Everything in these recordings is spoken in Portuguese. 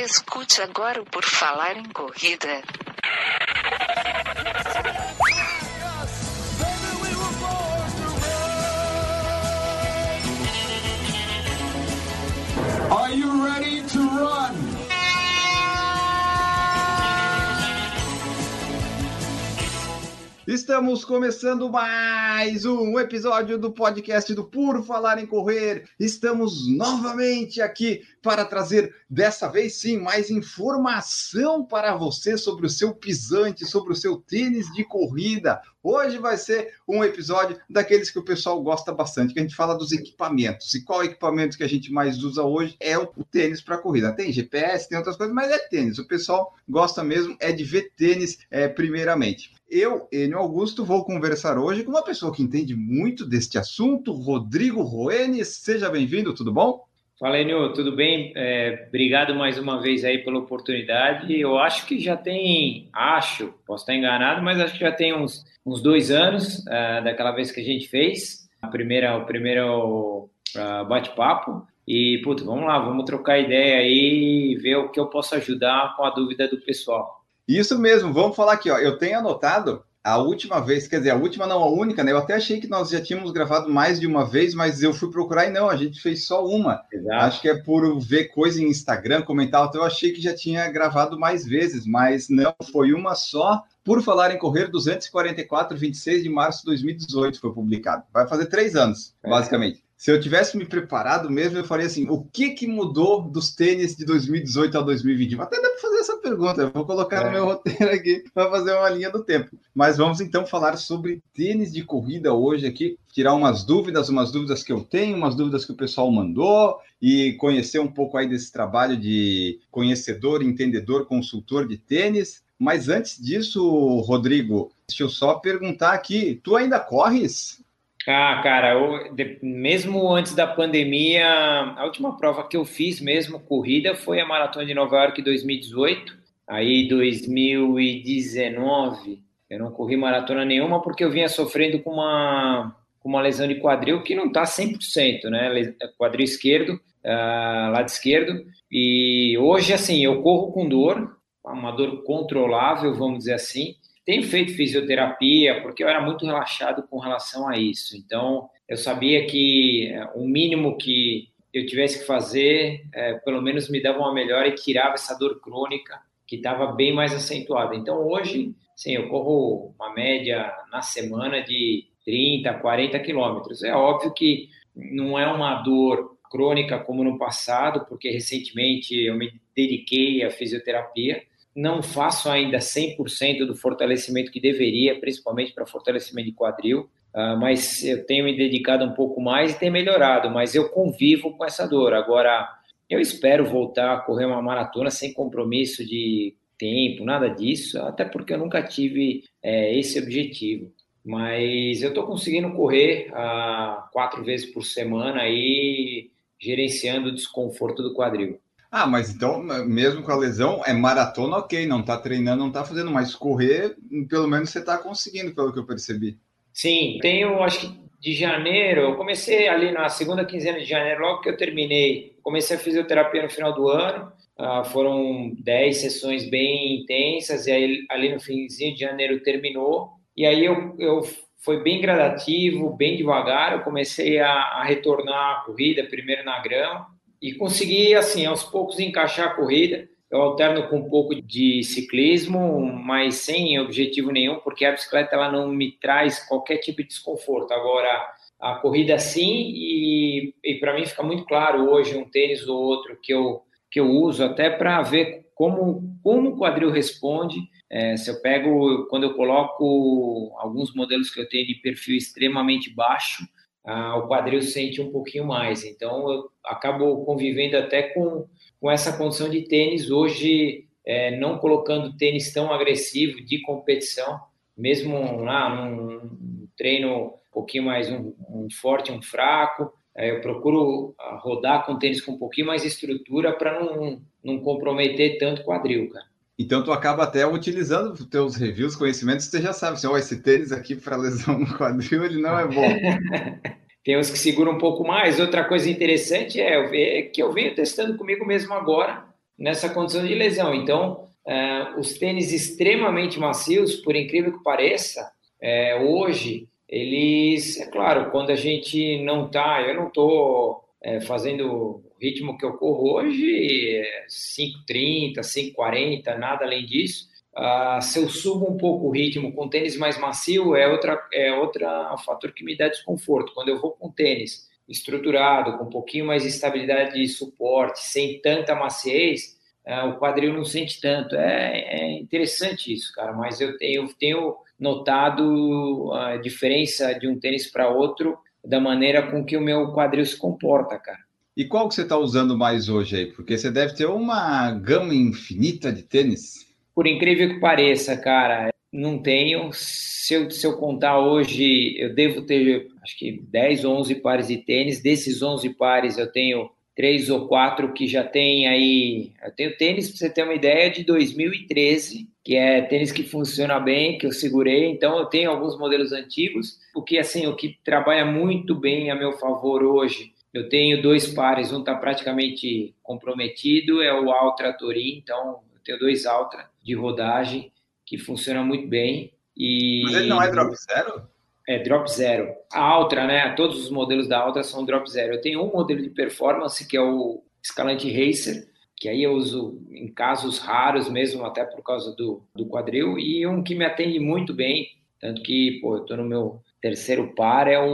Escute agora o Por Falar em Corrida. Are you ready to run? Estamos começando mais um episódio do podcast do Por Falar em Correr. Estamos novamente aqui para trazer, dessa vez sim, mais informação para você sobre o seu pisante, sobre o seu tênis de corrida. Hoje vai ser um episódio daqueles que o pessoal gosta bastante, que a gente fala dos equipamentos. E qual equipamento que a gente mais usa hoje é o tênis para corrida. Tem GPS, tem outras coisas, mas é tênis. O pessoal gosta mesmo é de ver tênis primeiramente. Eu, Enio Augusto, vou conversar hoje com uma pessoa que entende muito deste assunto, Rodrigo Roenes. Seja bem-vindo, tudo bom? Fala, Enio, tudo bem? Obrigado mais uma vez aí pela oportunidade. Eu acho que já tem, posso estar enganado, mas acho que já tem uns 2 anos daquela vez que a gente fez o primeiro bate-papo. E, vamos lá, vamos trocar ideia aí e ver o que eu posso ajudar com a dúvida do pessoal. Isso mesmo, vamos falar aqui, ó. Eu tenho anotado a última vez, quer dizer, a última não, a única, né? Eu até achei que nós já tínhamos gravado mais de uma vez, mas eu fui procurar e não, a gente fez só uma. Exato. Acho que é por ver coisa em Instagram, comentar, então eu achei que já tinha gravado mais vezes, mas não, foi uma só. Por Falar em Correr, 244, 26 de março de 2018 foi publicado. Vai fazer 3 anos, basicamente. Se eu tivesse me preparado mesmo, eu faria assim, o que mudou dos tênis de 2018 a 2021? Até dá para fazer essa pergunta, eu vou colocar no meu roteiro aqui para fazer uma linha do tempo. Mas vamos então falar sobre tênis de corrida hoje aqui, tirar umas dúvidas que eu tenho, umas dúvidas que o pessoal mandou e conhecer um pouco aí desse trabalho de conhecedor, entendedor, consultor de tênis. Mas antes disso, Rodrigo, deixa eu só perguntar aqui, tu ainda corres? Cara, mesmo antes da pandemia, a última prova que eu fiz mesmo, corrida, foi a Maratona de Nova York 2018. Aí, 2019, eu não corri maratona nenhuma porque eu vinha sofrendo com uma lesão de quadril que não está 100%, né? Quadril esquerdo, lado esquerdo. E hoje, assim, eu corro com dor, uma dor controlável, vamos dizer assim. Tenho feito fisioterapia porque eu era muito relaxado com relação a isso. Então, eu sabia que o mínimo que eu tivesse que fazer, pelo menos me dava uma melhora e tirava essa dor crônica que estava bem mais acentuada. Então, hoje, sim, eu corro uma média na semana de 30, 40 quilômetros. É óbvio que não é uma dor crônica como no passado, porque recentemente eu me dediquei à fisioterapia. Não faço ainda 100% do fortalecimento que deveria, principalmente para fortalecimento de quadril, mas eu tenho me dedicado um pouco mais e tenho melhorado, mas eu convivo com essa dor. Agora, eu espero voltar a correr uma maratona sem compromisso de tempo, nada disso, até porque eu nunca tive esse objetivo. Mas eu estou conseguindo correr 4 vezes por semana, aí, gerenciando o desconforto do quadril. Mas então, mesmo com a lesão, é maratona, ok, não tá treinando, não tá fazendo, mas correr, pelo menos você tá conseguindo, pelo que eu percebi. Sim, acho que de janeiro, eu comecei ali na segunda quinzena de janeiro, logo que eu terminei, comecei a fisioterapia no final do ano, foram 10 sessões bem intensas, e aí ali no finzinho de janeiro terminou, e aí eu foi bem gradativo, bem devagar, eu comecei a retornar à corrida, primeiro na grama, e consegui, assim, aos poucos encaixar a corrida. Eu alterno com um pouco de ciclismo, mas sem objetivo nenhum, porque a bicicleta ela não me traz qualquer tipo de desconforto. Agora, a corrida sim, e para mim fica muito claro hoje um tênis ou outro que eu uso até para ver como o quadril responde. Se eu pego, quando eu coloco alguns modelos que eu tenho de perfil extremamente baixo, o quadril sente um pouquinho mais. Então, eu acabo convivendo até com essa condição de tênis hoje, não colocando tênis tão agressivo de competição, mesmo lá num treino um pouquinho mais um forte, um fraco, eu procuro rodar com tênis com um pouquinho mais de estrutura para não comprometer tanto o quadril, cara. Então, tu acaba até utilizando os teus reviews, conhecimentos, você já sabe, assim, esse tênis aqui para lesão no quadril, ele não é bom. Tem uns que seguram um pouco mais. Outra coisa interessante é que eu venho testando comigo mesmo agora, nessa condição de lesão. Então, os tênis extremamente macios, por incrível que pareça, hoje, eles, é claro, quando a gente não está, eu não estou fazendo o ritmo que eu corro hoje, 5,30, 5,40, nada além disso. Se eu subo um pouco o ritmo com tênis mais macio, outra fator que me dá desconforto. Quando eu vou com tênis estruturado, com um pouquinho mais de estabilidade de suporte, sem tanta maciez, o quadril não sente tanto. É interessante isso, cara, mas eu tenho notado a diferença de um tênis para outro da maneira com que o meu quadril se comporta, cara. E qual que você está usando mais hoje aí? Porque você deve ter uma gama infinita de tênis. Por incrível que pareça, cara, não tenho. Se eu contar hoje, eu devo ter, acho que 10 ou 11 pares de tênis. Desses 11 pares, eu tenho 3 ou 4 que já tem aí. Eu tenho tênis, para você ter uma ideia, de 2013, que é tênis que funciona bem, que eu segurei. Então, eu tenho alguns modelos antigos. O que trabalha muito bem a meu favor hoje, eu tenho 2 pares, um está praticamente comprometido, é o Altra Torin, então eu tenho 2 Altra de rodagem que funcionam muito bem. Mas ele não é drop zero? É drop zero. A Altra, né? Todos os modelos da Altra são drop zero. Eu tenho um modelo de performance que é o Escalante Racer, que aí eu uso em casos raros mesmo, até por causa do quadril, e um que me atende muito bem, tanto que, eu estou no meu terceiro par, é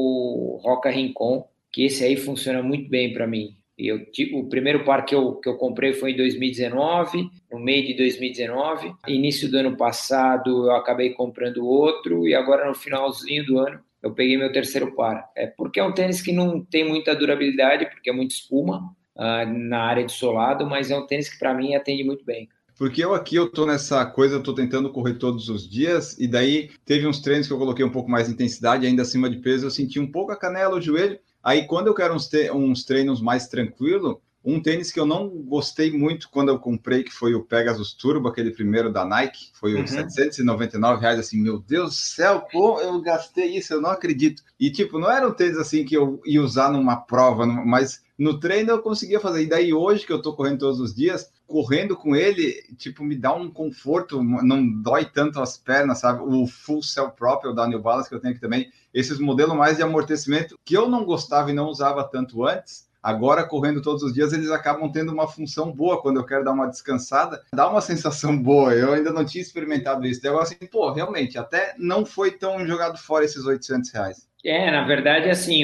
o Roca Rincon, que esse aí funciona muito bem para mim. E o primeiro par que eu comprei foi em 2019, no meio de 2019. Início do ano passado eu acabei comprando outro e agora no finalzinho do ano eu peguei meu terceiro par. Porque é um tênis que não tem muita durabilidade, porque é muito espuma na área de solado, mas é um tênis que para mim atende muito bem. Porque eu tô nessa coisa, eu tô tentando correr todos os dias, e daí teve uns treinos que eu coloquei um pouco mais de intensidade, ainda acima de peso, eu senti um pouco a canela, o joelho. Aí quando eu quero uns treinos mais tranquilo, um tênis que eu não gostei muito quando eu comprei, que foi o Pegasus Turbo, aquele primeiro da Nike, foi R$ 799, assim, meu Deus do céu, pô, eu gastei isso, eu não acredito. E tipo, não era um tênis assim que eu ia usar numa prova, mas no treino eu conseguia fazer. E daí hoje que eu tô correndo todos os dias, correndo com ele, tipo, me dá um conforto, não dói tanto as pernas, sabe? O Full Cell Propel da New Balance que eu tenho aqui também, esses modelos mais de amortecimento que eu não gostava e não usava tanto antes, agora correndo todos os dias, eles acabam tendo uma função boa quando eu quero dar uma descansada, dá uma sensação boa. Eu ainda não tinha experimentado isso. Daí eu assim, realmente, até não foi tão jogado fora esses R$ 800. Na verdade, assim,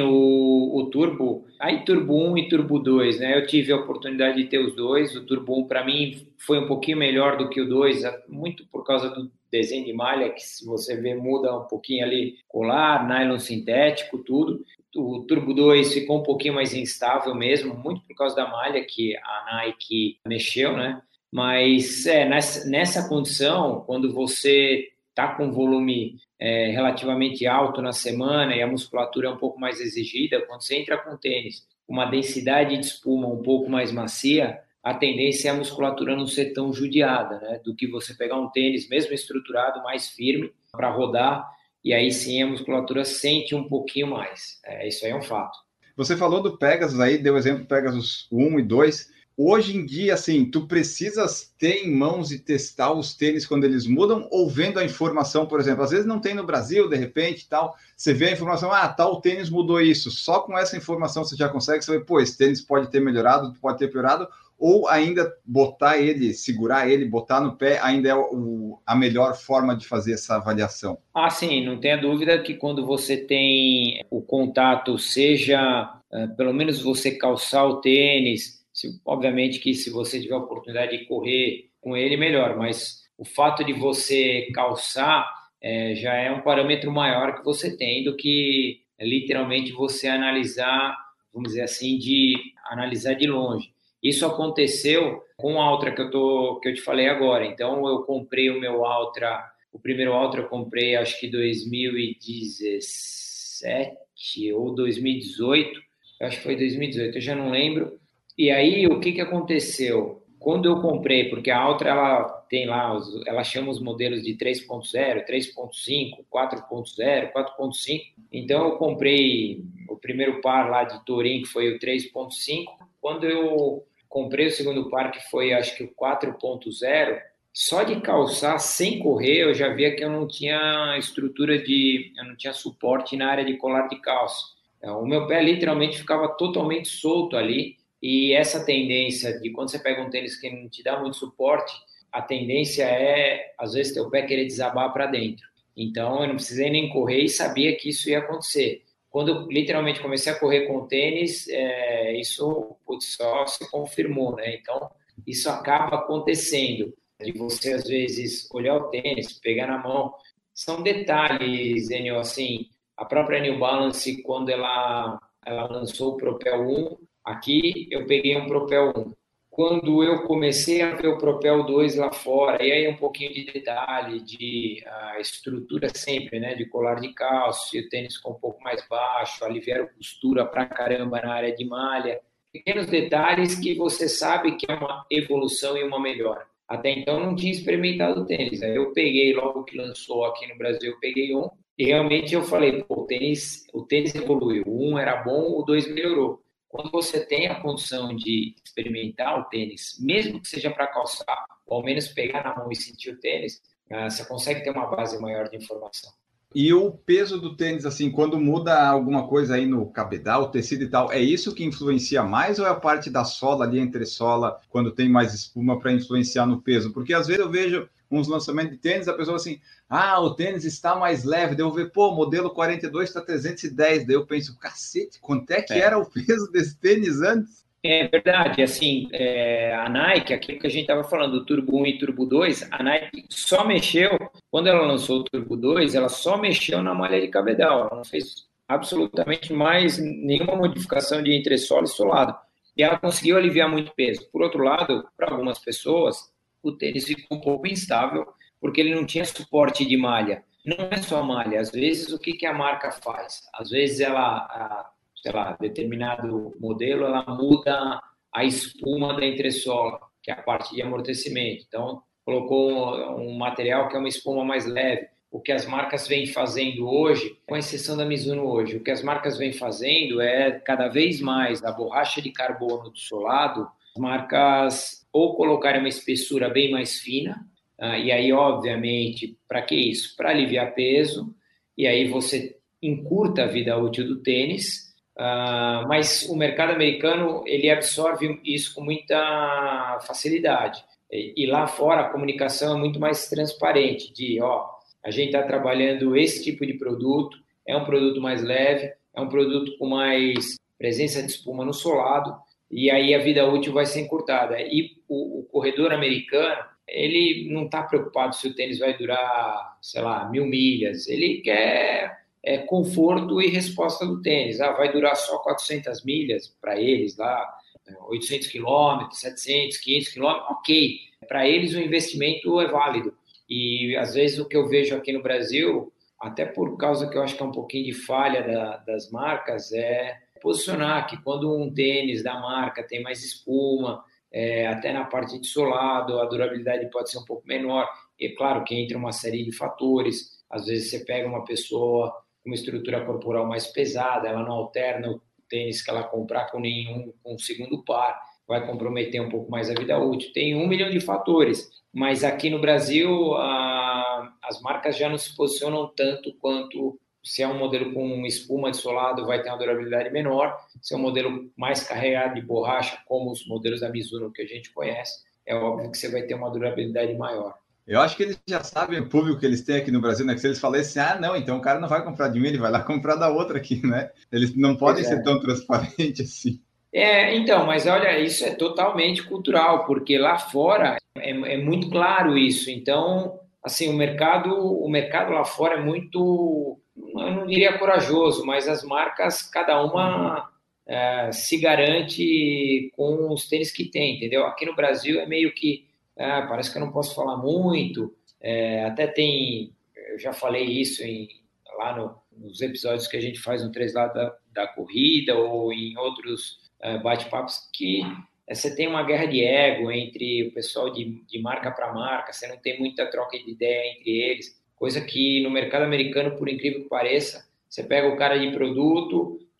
o Turbo, aí Turbo 1 e Turbo 2, né? Eu tive a oportunidade de ter os dois. O Turbo 1, para mim, foi um pouquinho melhor do que o 2, muito por causa do desenho de malha, que se você ver, muda um pouquinho ali, colar, nylon sintético, tudo. O Turbo 2 ficou um pouquinho mais instável mesmo, muito por causa da malha que a Nike mexeu, né? Mas nessa condição, quando você está com volume relativamente alto na semana e a musculatura é um pouco mais exigida, quando você entra com tênis, uma densidade de espuma um pouco mais macia, a tendência é a musculatura não ser tão judiada, né? Do que você pegar um tênis mesmo estruturado, mais firme, para rodar, e aí sim a musculatura sente um pouquinho mais. Isso aí é um fato. Você falou do Pegasus aí, deu exemplo do Pegasus 1 e 2. Hoje em dia, assim, tu precisas ter em mãos e testar os tênis quando eles mudam, ou vendo a informação, por exemplo, às vezes não tem no Brasil, de repente, tal, você vê a informação, tal tênis mudou isso, só com essa informação você já consegue saber, esse tênis pode ter melhorado, pode ter piorado, ou ainda botar ele, segurar ele, botar no pé, ainda é a melhor forma de fazer essa avaliação? Sim, não tenha dúvida que quando você tem o contato, seja pelo menos você calçar o tênis, obviamente que se você tiver a oportunidade de correr com ele, melhor, mas o fato de você calçar já é um parâmetro maior que você tem do que literalmente você analisar, vamos dizer assim, de analisar de longe. Isso aconteceu com o Altra que eu te falei agora. Então, eu comprei o meu Altra, o primeiro Altra eu comprei acho que 2017 ou 2018, eu acho que foi 2018, eu já não lembro. E aí, o que aconteceu? Quando eu comprei, porque a Altra ela tem lá, ela chama os modelos de 3.0, 3.5, 4.0, 4.5. Então, eu comprei o primeiro par lá de Touring, que foi o 3.5. Quando eu comprei o segundo par, que foi, acho que o 4.0, só de calçar sem correr, eu já via que eu não tinha eu não tinha suporte na área de colar de calça. O meu pé literalmente ficava totalmente solto ali, e essa tendência de quando você pega um tênis que não te dá muito suporte, a tendência é, às vezes, teu pé querer desabar para dentro. Então, eu não precisei nem correr e sabia que isso ia acontecer. Quando eu literalmente comecei a correr com o tênis, isso só se confirmou, né? Então, isso acaba acontecendo, de você, às vezes, olhar o tênis, pegar na mão. São detalhes, Enio, assim, a própria New Balance, quando ela lançou o Propel 1, aqui eu peguei um Propel 1. Quando eu comecei a ver o Propel 2 lá fora, e aí um pouquinho de detalhe, de estrutura sempre, né, de colar de calça, o tênis ficou um pouco mais baixo, aliviaram costura pra caramba na área de malha, pequenos detalhes que você sabe que é uma evolução e uma melhora. Até então não tinha experimentado o tênis, aí eu peguei, logo que lançou aqui no Brasil, eu peguei um, e realmente eu falei, pô, o tênis evoluiu, o 1 era bom, o 2 melhorou. Quando você tem a condição de experimentar o tênis, mesmo que seja para calçar, ou ao menos pegar na mão e sentir o tênis, você consegue ter uma base maior de informação. E o peso do tênis, assim, quando muda alguma coisa aí no cabedal, tecido e tal, é isso que influencia mais ou é a parte da sola ali, entre sola, quando tem mais espuma para influenciar no peso? Porque às vezes eu vejo uns lançamentos de tênis, a pessoa assim, o tênis está mais leve, daí eu vejo, pô, modelo 42 está 310, daí eu penso, cacete, quanto é que era o peso desse tênis antes? É verdade, assim, a Nike, aquilo que a gente estava falando, do Turbo 1 e Turbo 2, a Nike só mexeu, quando ela lançou o Turbo 2, ela só mexeu na malha de cabedal, ela não fez absolutamente mais nenhuma modificação de entressola e solado, e ela conseguiu aliviar muito peso. Por outro lado, para algumas pessoas, o tênis ficou um pouco instável, porque ele não tinha suporte de malha. Não é só malha, às vezes o que a marca faz? Às vezes sei lá, determinado modelo, ela muda a espuma da entressola, que é a parte de amortecimento. Então, colocou um material que é uma espuma mais leve. O que as marcas vêm fazendo hoje, com exceção da Mizuno hoje, o que as marcas vêm fazendo é cada vez mais a borracha de carbono do solado, as marcas ou colocarem uma espessura bem mais fina, e aí, obviamente, para que isso? Para aliviar peso, e aí você encurta a vida útil do tênis, mas o mercado americano ele absorve isso com muita facilidade. E lá fora a comunicação é muito mais transparente, a gente está trabalhando esse tipo de produto, é um produto mais leve, é um produto com mais presença de espuma no solado, e aí a vida útil vai ser encurtada. E o corredor americano, ele não está preocupado se o tênis vai durar, sei lá, 1.000 milhas, ele quer conforto e resposta do tênis. Vai durar só 400 milhas para eles lá, 800 quilômetros, 700, 500 quilômetros, ok. Para eles o investimento é válido. E às vezes o que eu vejo aqui no Brasil, até por causa que eu acho que é um pouquinho de falha das marcas, é posicionar que quando um tênis da marca tem mais espuma, até na parte de solado, a durabilidade pode ser um pouco menor. E claro que entra uma série de fatores. Às vezes você pega uma pessoa uma estrutura corporal mais pesada, ela não alterna o tênis que ela comprar com um segundo par, vai comprometer um pouco mais a vida útil. Tem 1 milhão de fatores, mas aqui no Brasil as marcas já não se posicionam tanto quanto se é um modelo com espuma de solado, vai ter uma durabilidade menor, se é um modelo mais carregado de borracha, como os modelos da Mizuno que a gente conhece, é óbvio que você vai ter uma durabilidade maior. Eu acho que eles já sabem o público que eles têm aqui no Brasil, né? Que se eles falassem, não, então o cara não vai comprar de mim, ele vai lá comprar da outra aqui, né? Eles não podem ser tão transparentes assim. Então, mas olha, isso é totalmente cultural, porque lá fora é muito claro isso. Então, assim, o mercado lá fora é muito, eu não diria corajoso, mas as marcas, cada uma se garante com os tênis que tem, entendeu? Aqui no Brasil é meio que parece que eu não posso falar muito, até tem, eu já falei isso lá nos episódios que a gente faz no Três Lados da Corrida ou em outros bate-papos, que você tem uma guerra de ego entre o pessoal de marca para marca, você não tem muita troca de ideia entre eles, coisa que no mercado americano, por incrível que pareça, você pega o cara de produto,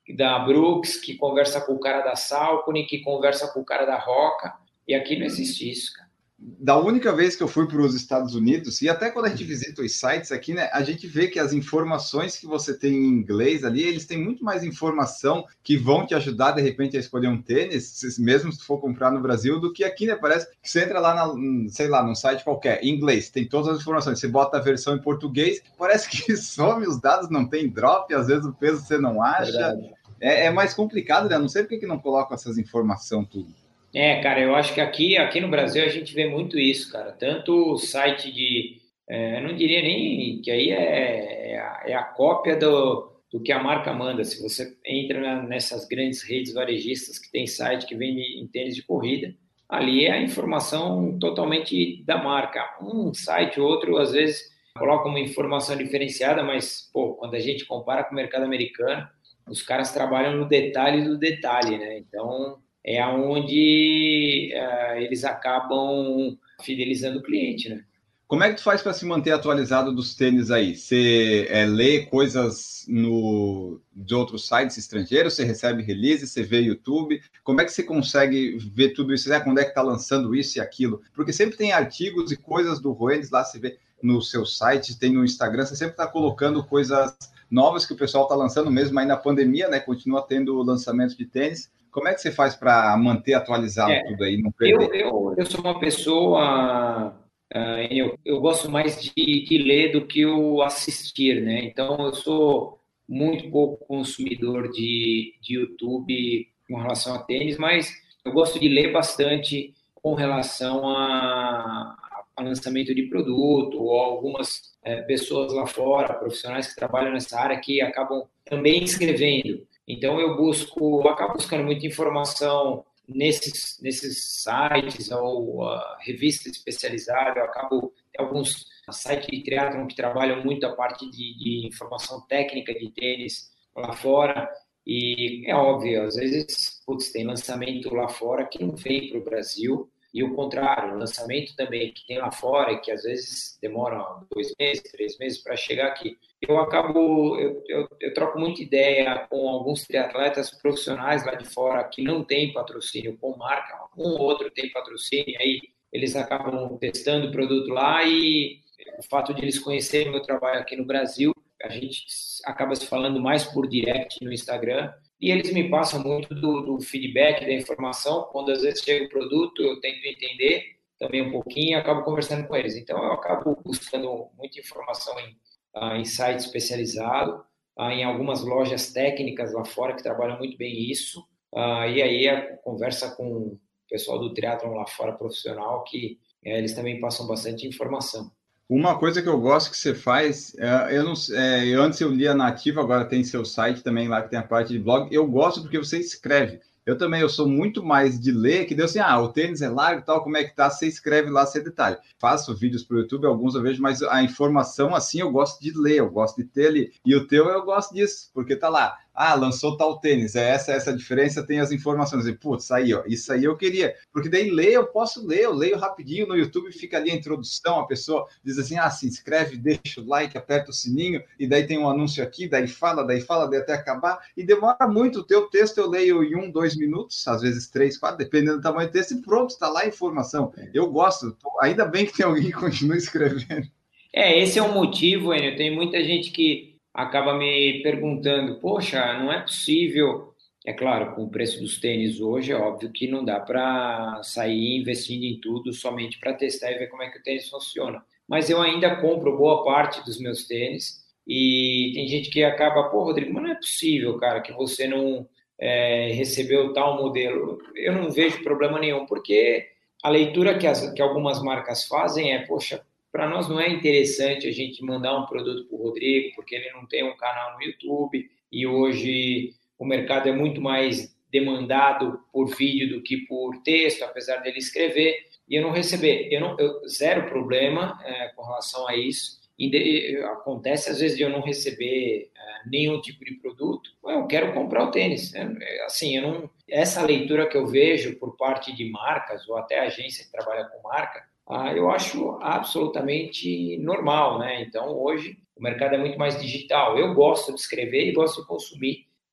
da Brooks, que conversa com o cara da Saucony, que conversa com o cara da Roca, e aqui não existe isso, cara. Da única vez que eu fui para os Estados Unidos, e até quando a gente visita os sites aqui, né, a gente vê que as informações que você tem em inglês ali, eles têm muito mais informação que vão te ajudar, de repente, a escolher um tênis, mesmo se for comprar no Brasil, do que aqui, né? Parece que você entra lá, sei lá, num site qualquer, em inglês, tem todas as informações, você bota a versão em português, parece que some os dados, não tem drop, às vezes o peso você não acha. É mais complicado, né? Não sei por que não colocam essas informações tudo. Cara, eu acho que aqui no Brasil a gente vê muito isso, cara. Tanto o site eu não diria nem que aí é a cópia do que a marca manda. Se você entra nessas grandes redes varejistas que tem site que vende em tênis de corrida, ali é a informação totalmente da marca. Um site ou outro, às vezes, coloca uma informação diferenciada, mas, pô, quando a gente compara com o mercado americano, os caras trabalham no detalhe do detalhe, né? Então é onde eles acabam fidelizando o cliente, né? Como é que tu faz para se manter atualizado dos tênis aí? Você lê coisas de outros sites estrangeiros? Você recebe release? Você vê YouTube? Como é que você consegue ver tudo isso? Quando é que está lançando isso e aquilo? Porque sempre tem artigos e coisas do Roenis lá, você vê no seu site, tem no Instagram, você sempre está colocando coisas novas que o pessoal está lançando, mesmo aí na pandemia, né? Continua tendo lançamento de tênis. Como é que você faz para manter atualizado tudo aí, não perder? Eu sou uma pessoa... eu gosto mais de ler do que o assistir, né? Então, eu sou muito pouco consumidor de YouTube com relação a tênis, mas eu gosto de ler bastante com relação a lançamento de produto ou algumas pessoas lá fora, profissionais que trabalham nessa área, que acabam também escrevendo. Então, eu acabo buscando muita informação nesses sites ou revista especializada. Eu acabo tem alguns sites de triatlon que trabalham muito a parte de informação técnica de tênis lá fora, e é óbvio, às vezes tem lançamento lá fora que não vem para o Brasil, e o contrário, lançamento também que tem lá fora e que às vezes demora 2 meses, 3 meses para chegar aqui. Eu troco muita ideia com alguns triatletas profissionais lá de fora que não têm patrocínio com marca, um ou outro tem patrocínio, aí eles acabam testando o produto lá, e o fato de eles conhecerem meu trabalho aqui no Brasil, a gente acaba se falando mais por direct no Instagram, e eles me passam muito do feedback, da informação. Quando às vezes chega o produto, eu tento entender também um pouquinho e acabo conversando com eles. Então, eu acabo buscando muita informação em site especializado, em algumas lojas técnicas lá fora que trabalham muito bem isso, e aí a conversa com o pessoal do triatlon lá fora profissional, que eles também passam bastante informação. Uma coisa que eu gosto que você faz, antes eu lia na Ativa, agora tem seu site também lá que tem a parte de blog. Eu gosto porque você escreve. Eu sou muito mais de ler, que deu assim, o tênis é largo e tal, como é que tá? Você escreve lá, você detalha. Faço vídeos para o YouTube, alguns eu vejo, mas a informação, assim, eu gosto de ler, eu gosto de ter ali. E o teu, eu gosto disso, porque tá lá, lançou tal tênis, essa diferença, tem as informações. E, putz, aí, isso aí eu queria. Porque daí eu leio rapidinho no YouTube, fica ali a introdução, a pessoa diz assim, se inscreve, deixa o like, aperta o sininho, e daí tem um anúncio aqui, daí fala, daí até acabar, e demora muito. O teu texto eu leio em 1, 2 minutos, às vezes 3, 4, dependendo do tamanho do texto, e pronto, está lá a informação. Eu gosto, ainda bem que tem alguém que continua escrevendo. Esse é o motivo, Enio. Tem muita gente que acaba me perguntando, poxa, não é possível. É claro, com o preço dos tênis hoje, é óbvio que não dá para sair investindo em tudo somente para testar e ver como é que o tênis funciona. Mas eu ainda compro boa parte dos meus tênis, e tem gente que acaba, Rodrigo, mas não é possível, cara, que você não recebeu tal modelo. Eu não vejo problema nenhum, porque a leitura que algumas marcas fazem poxa, para nós não é interessante a gente mandar um produto para o Rodrigo, porque ele não tem um canal no YouTube, e hoje o mercado é muito mais demandado por vídeo do que por texto, apesar dele escrever, e eu não receber. Zero problema com relação a isso. Acontece às vezes de eu não receber nenhum tipo de produto. Eu quero comprar o tênis. Assim, essa leitura que eu vejo por parte de marcas ou até agência que trabalha com marca, eu acho absolutamente normal, né? Então, hoje, o mercado é muito mais digital. Eu gosto de escrever e gosto de consumir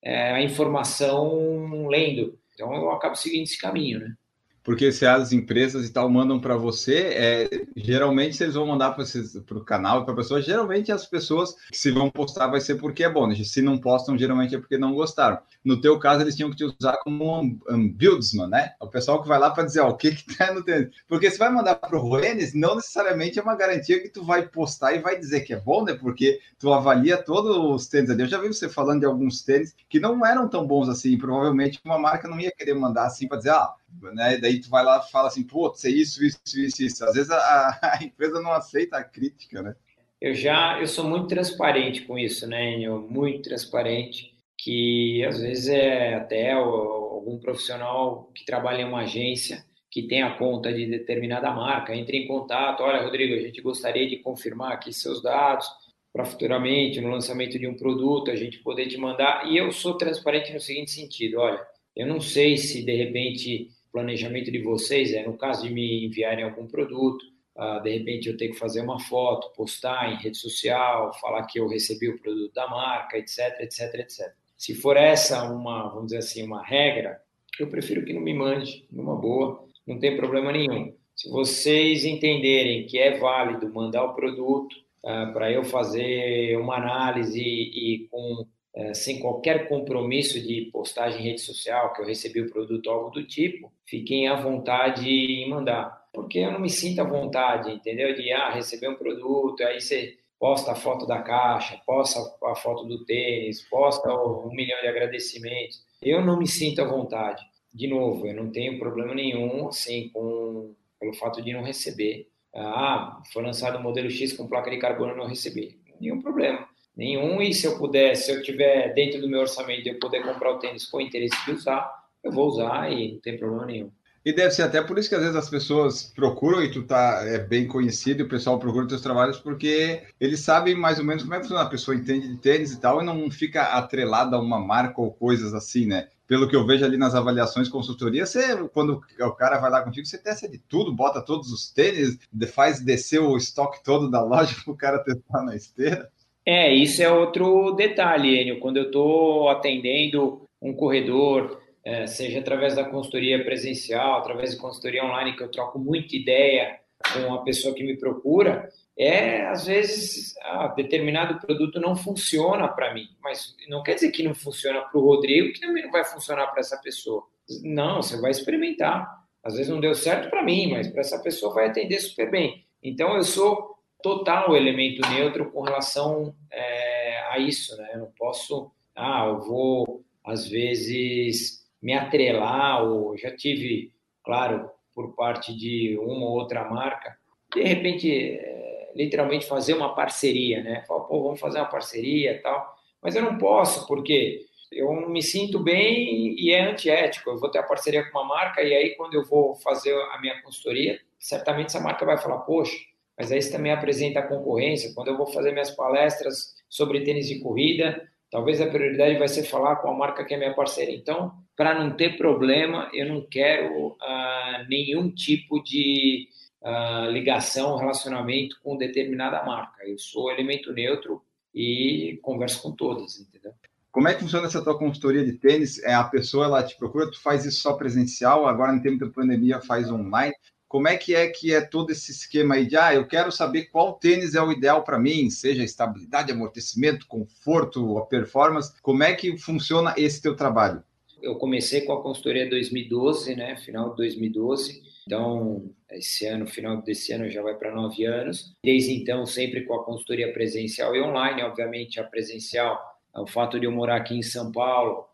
a informação lendo. Então, eu acabo seguindo esse caminho, né? Porque se as empresas e tal mandam para você, geralmente se eles vão mandar para o canal e para a pessoa, geralmente as pessoas que se vão postar vai ser porque é bom, né? Se não postam, geralmente é porque não gostaram. No teu caso, eles tinham que te usar como um ombudsman, né? O pessoal que vai lá para dizer, ó, o que tá no tênis. Porque se vai mandar para o Ruenes, não necessariamente é uma garantia que tu vai postar e vai dizer que é bom, né? Porque tu avalia todos os tênis ali. Eu já vi você falando de alguns tênis que não eram tão bons assim, provavelmente uma marca não ia querer mandar assim para dizer, né? Daí tu vai lá e fala assim, putz, é isso. Às vezes a empresa não aceita a crítica, né? Eu sou muito transparente com isso, né, Enio? Muito transparente, que às vezes é até algum profissional que trabalha em uma agência que tem a conta de determinada marca, entre em contato, olha, Rodrigo, a gente gostaria de confirmar aqui seus dados para futuramente, no lançamento de um produto, a gente poder te mandar. E eu sou transparente no seguinte sentido, olha, eu não sei se de repente o planejamento de vocês no caso de me enviarem algum produto, de repente eu tenho que fazer uma foto, postar em rede social, falar que eu recebi o produto da marca, etc, etc, etc. Se for essa vamos dizer assim, uma regra, eu prefiro que não me mande, numa boa, não tem problema nenhum. Se vocês entenderem que é válido mandar o produto para eu fazer uma análise e sem qualquer compromisso de postagem em rede social, que eu recebi o produto, algo do tipo, fiquem à vontade em mandar. Porque eu não me sinto à vontade, entendeu? De receber um produto, aí você posta a foto da caixa, posta a foto do tênis, posta 1 milhão de agradecimentos. Eu não me sinto à vontade. De novo, eu não tenho problema nenhum, assim, pelo fato de não receber. Foi lançado o modelo X com placa de carbono e não recebi. Nenhum problema. Nenhum, e se eu tiver dentro do meu orçamento e eu puder comprar o tênis com interesse de usar, eu vou usar e não tem problema nenhum. E deve ser até por isso que às vezes as pessoas procuram e tu bem conhecido e o pessoal procura teus trabalhos porque eles sabem mais ou menos como é que funciona. A pessoa entende de tênis e tal e não fica atrelada a uma marca ou coisas assim, né? Pelo que eu vejo ali nas avaliações, consultoria, quando o cara vai lá contigo, você testa de tudo, bota todos os tênis, faz descer o estoque todo da loja para o cara testar na esteira. Isso é outro detalhe, Enio. Quando eu estou atendendo um corredor, seja através da consultoria presencial, através de consultoria online, que eu troco muita ideia com a pessoa que me procura, às vezes, determinado produto não funciona para mim, mas não quer dizer que não funciona para o Rodrigo, que também não vai funcionar para essa pessoa. Não, você vai experimentar. Às vezes não deu certo para mim, mas para essa pessoa vai atender super bem. Então, eu sou total elemento neutro com relação a isso, né? Eu não posso, eu vou, às vezes, me atrelar, ou já tive, claro, por parte de uma ou outra marca, de repente, literalmente fazer uma parceria, né? Falar, vamos fazer uma parceria e tal, mas eu não posso, porque eu não me sinto bem e é antiético. Eu vou ter a parceria com uma marca e aí, quando eu vou fazer a minha consultoria, certamente essa marca vai falar, poxa, mas aí você também apresenta a concorrência. Quando eu vou fazer minhas palestras sobre tênis de corrida, talvez a prioridade vai ser falar com a marca que é minha parceira. Então, para não ter problema, eu não quero nenhum tipo de ligação, relacionamento com determinada marca. Eu sou elemento neutro e converso com todas, entendeu? Como é que funciona essa tua consultoria de tênis? A pessoa ela te procura, tu faz isso só presencial, agora em tempo de pandemia faz online. Como é que é todo esse esquema aí de, eu quero saber qual tênis é o ideal para mim, seja estabilidade, amortecimento, conforto, a performance. Como é que funciona esse teu trabalho? Eu comecei com a consultoria em 2012, né? Final de 2012. Então, final desse ano já vai para 9 anos. Desde então, sempre com a consultoria presencial e online. Obviamente, a presencial, o fato de eu morar aqui em São Paulo,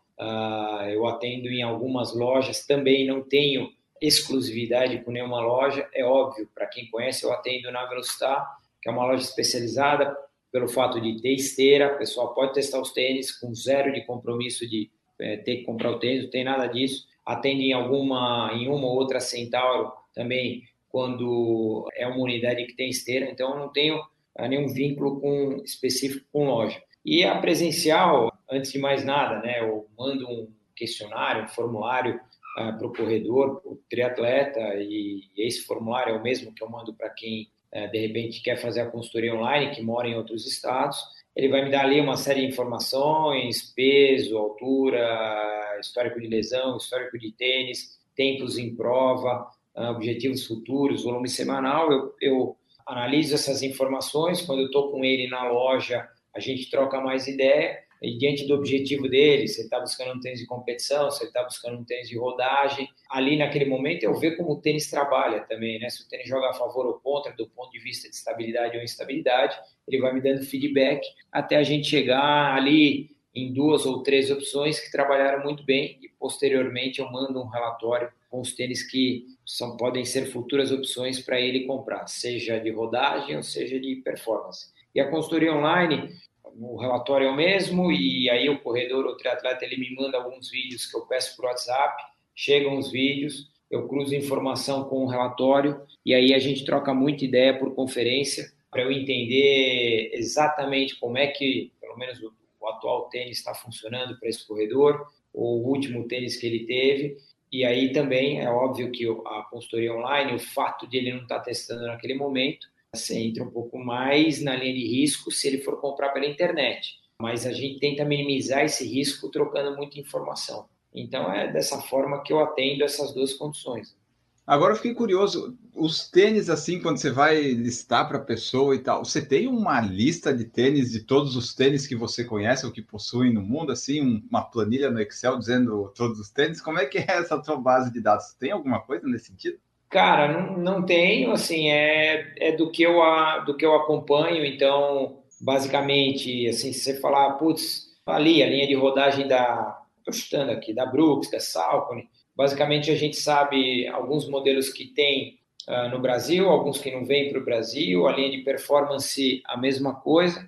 eu atendo em algumas lojas, também não tenho exclusividade com nenhuma loja, é óbvio, para quem conhece, eu atendo na Velocitar, que é uma loja especializada pelo fato de ter esteira, a pessoa pode testar os tênis com zero de compromisso de ter que comprar o tênis, não tem nada disso. Atende em uma ou outra Centauro também, quando é uma unidade que tem esteira, então eu não tenho nenhum vínculo específico com loja. E a presencial, antes de mais nada, né, eu mando um questionário, um formulário para o corredor, o triatleta, e esse formulário é o mesmo que eu mando para quem, de repente, quer fazer a consultoria online, que mora em outros estados, ele vai me dar ali uma série de informações, peso, altura, histórico de lesão, histórico de tênis, tempos em prova, objetivos futuros, volume semanal. Eu analiso essas informações. Quando eu estou com ele na loja, a gente troca mais ideia. E diante do objetivo dele, se ele está buscando um tênis de competição, se ele está buscando um tênis de rodagem, ali naquele momento eu vejo como o tênis trabalha também, né? Se o tênis joga a favor ou contra, do ponto de vista de estabilidade ou instabilidade, ele vai me dando feedback até a gente chegar ali em 2 ou 3 opções que trabalharam muito bem e posteriormente eu mando um relatório com os tênis que podem ser futuras opções para ele comprar, seja de rodagem ou seja de performance. E a consultoria online, o relatório é o mesmo, e aí o corredor, o triatleta, ele me manda alguns vídeos que eu peço por WhatsApp, chegam os vídeos, eu cruzo informação com o relatório, e aí a gente troca muita ideia por conferência, para eu entender exatamente como é que, pelo menos o atual tênis está funcionando para esse corredor, ou o último tênis que ele teve, e aí também é óbvio que a consultoria online, o fato de ele não estar testando naquele momento, você entra um pouco mais na linha de risco se ele for comprar pela internet. Mas a gente tenta minimizar esse risco trocando muita informação. Então, é dessa forma que eu atendo essas 2 condições. Agora eu fiquei curioso, os tênis, assim, quando você vai listar para a pessoa e tal, você tem uma lista de tênis, de todos os tênis que você conhece ou que possuem no mundo, assim, uma planilha no Excel dizendo todos os tênis? Como é que é essa sua base de dados? Tem alguma coisa nesse sentido? Cara, não tenho, assim, é do que eu acompanho, então, basicamente, assim, se você falar, putz, ali a linha de rodagem tô chutando aqui, da Brooks, da Saucony, basicamente a gente sabe alguns modelos que tem no Brasil, alguns que não vêm para o Brasil, a linha de performance a mesma coisa,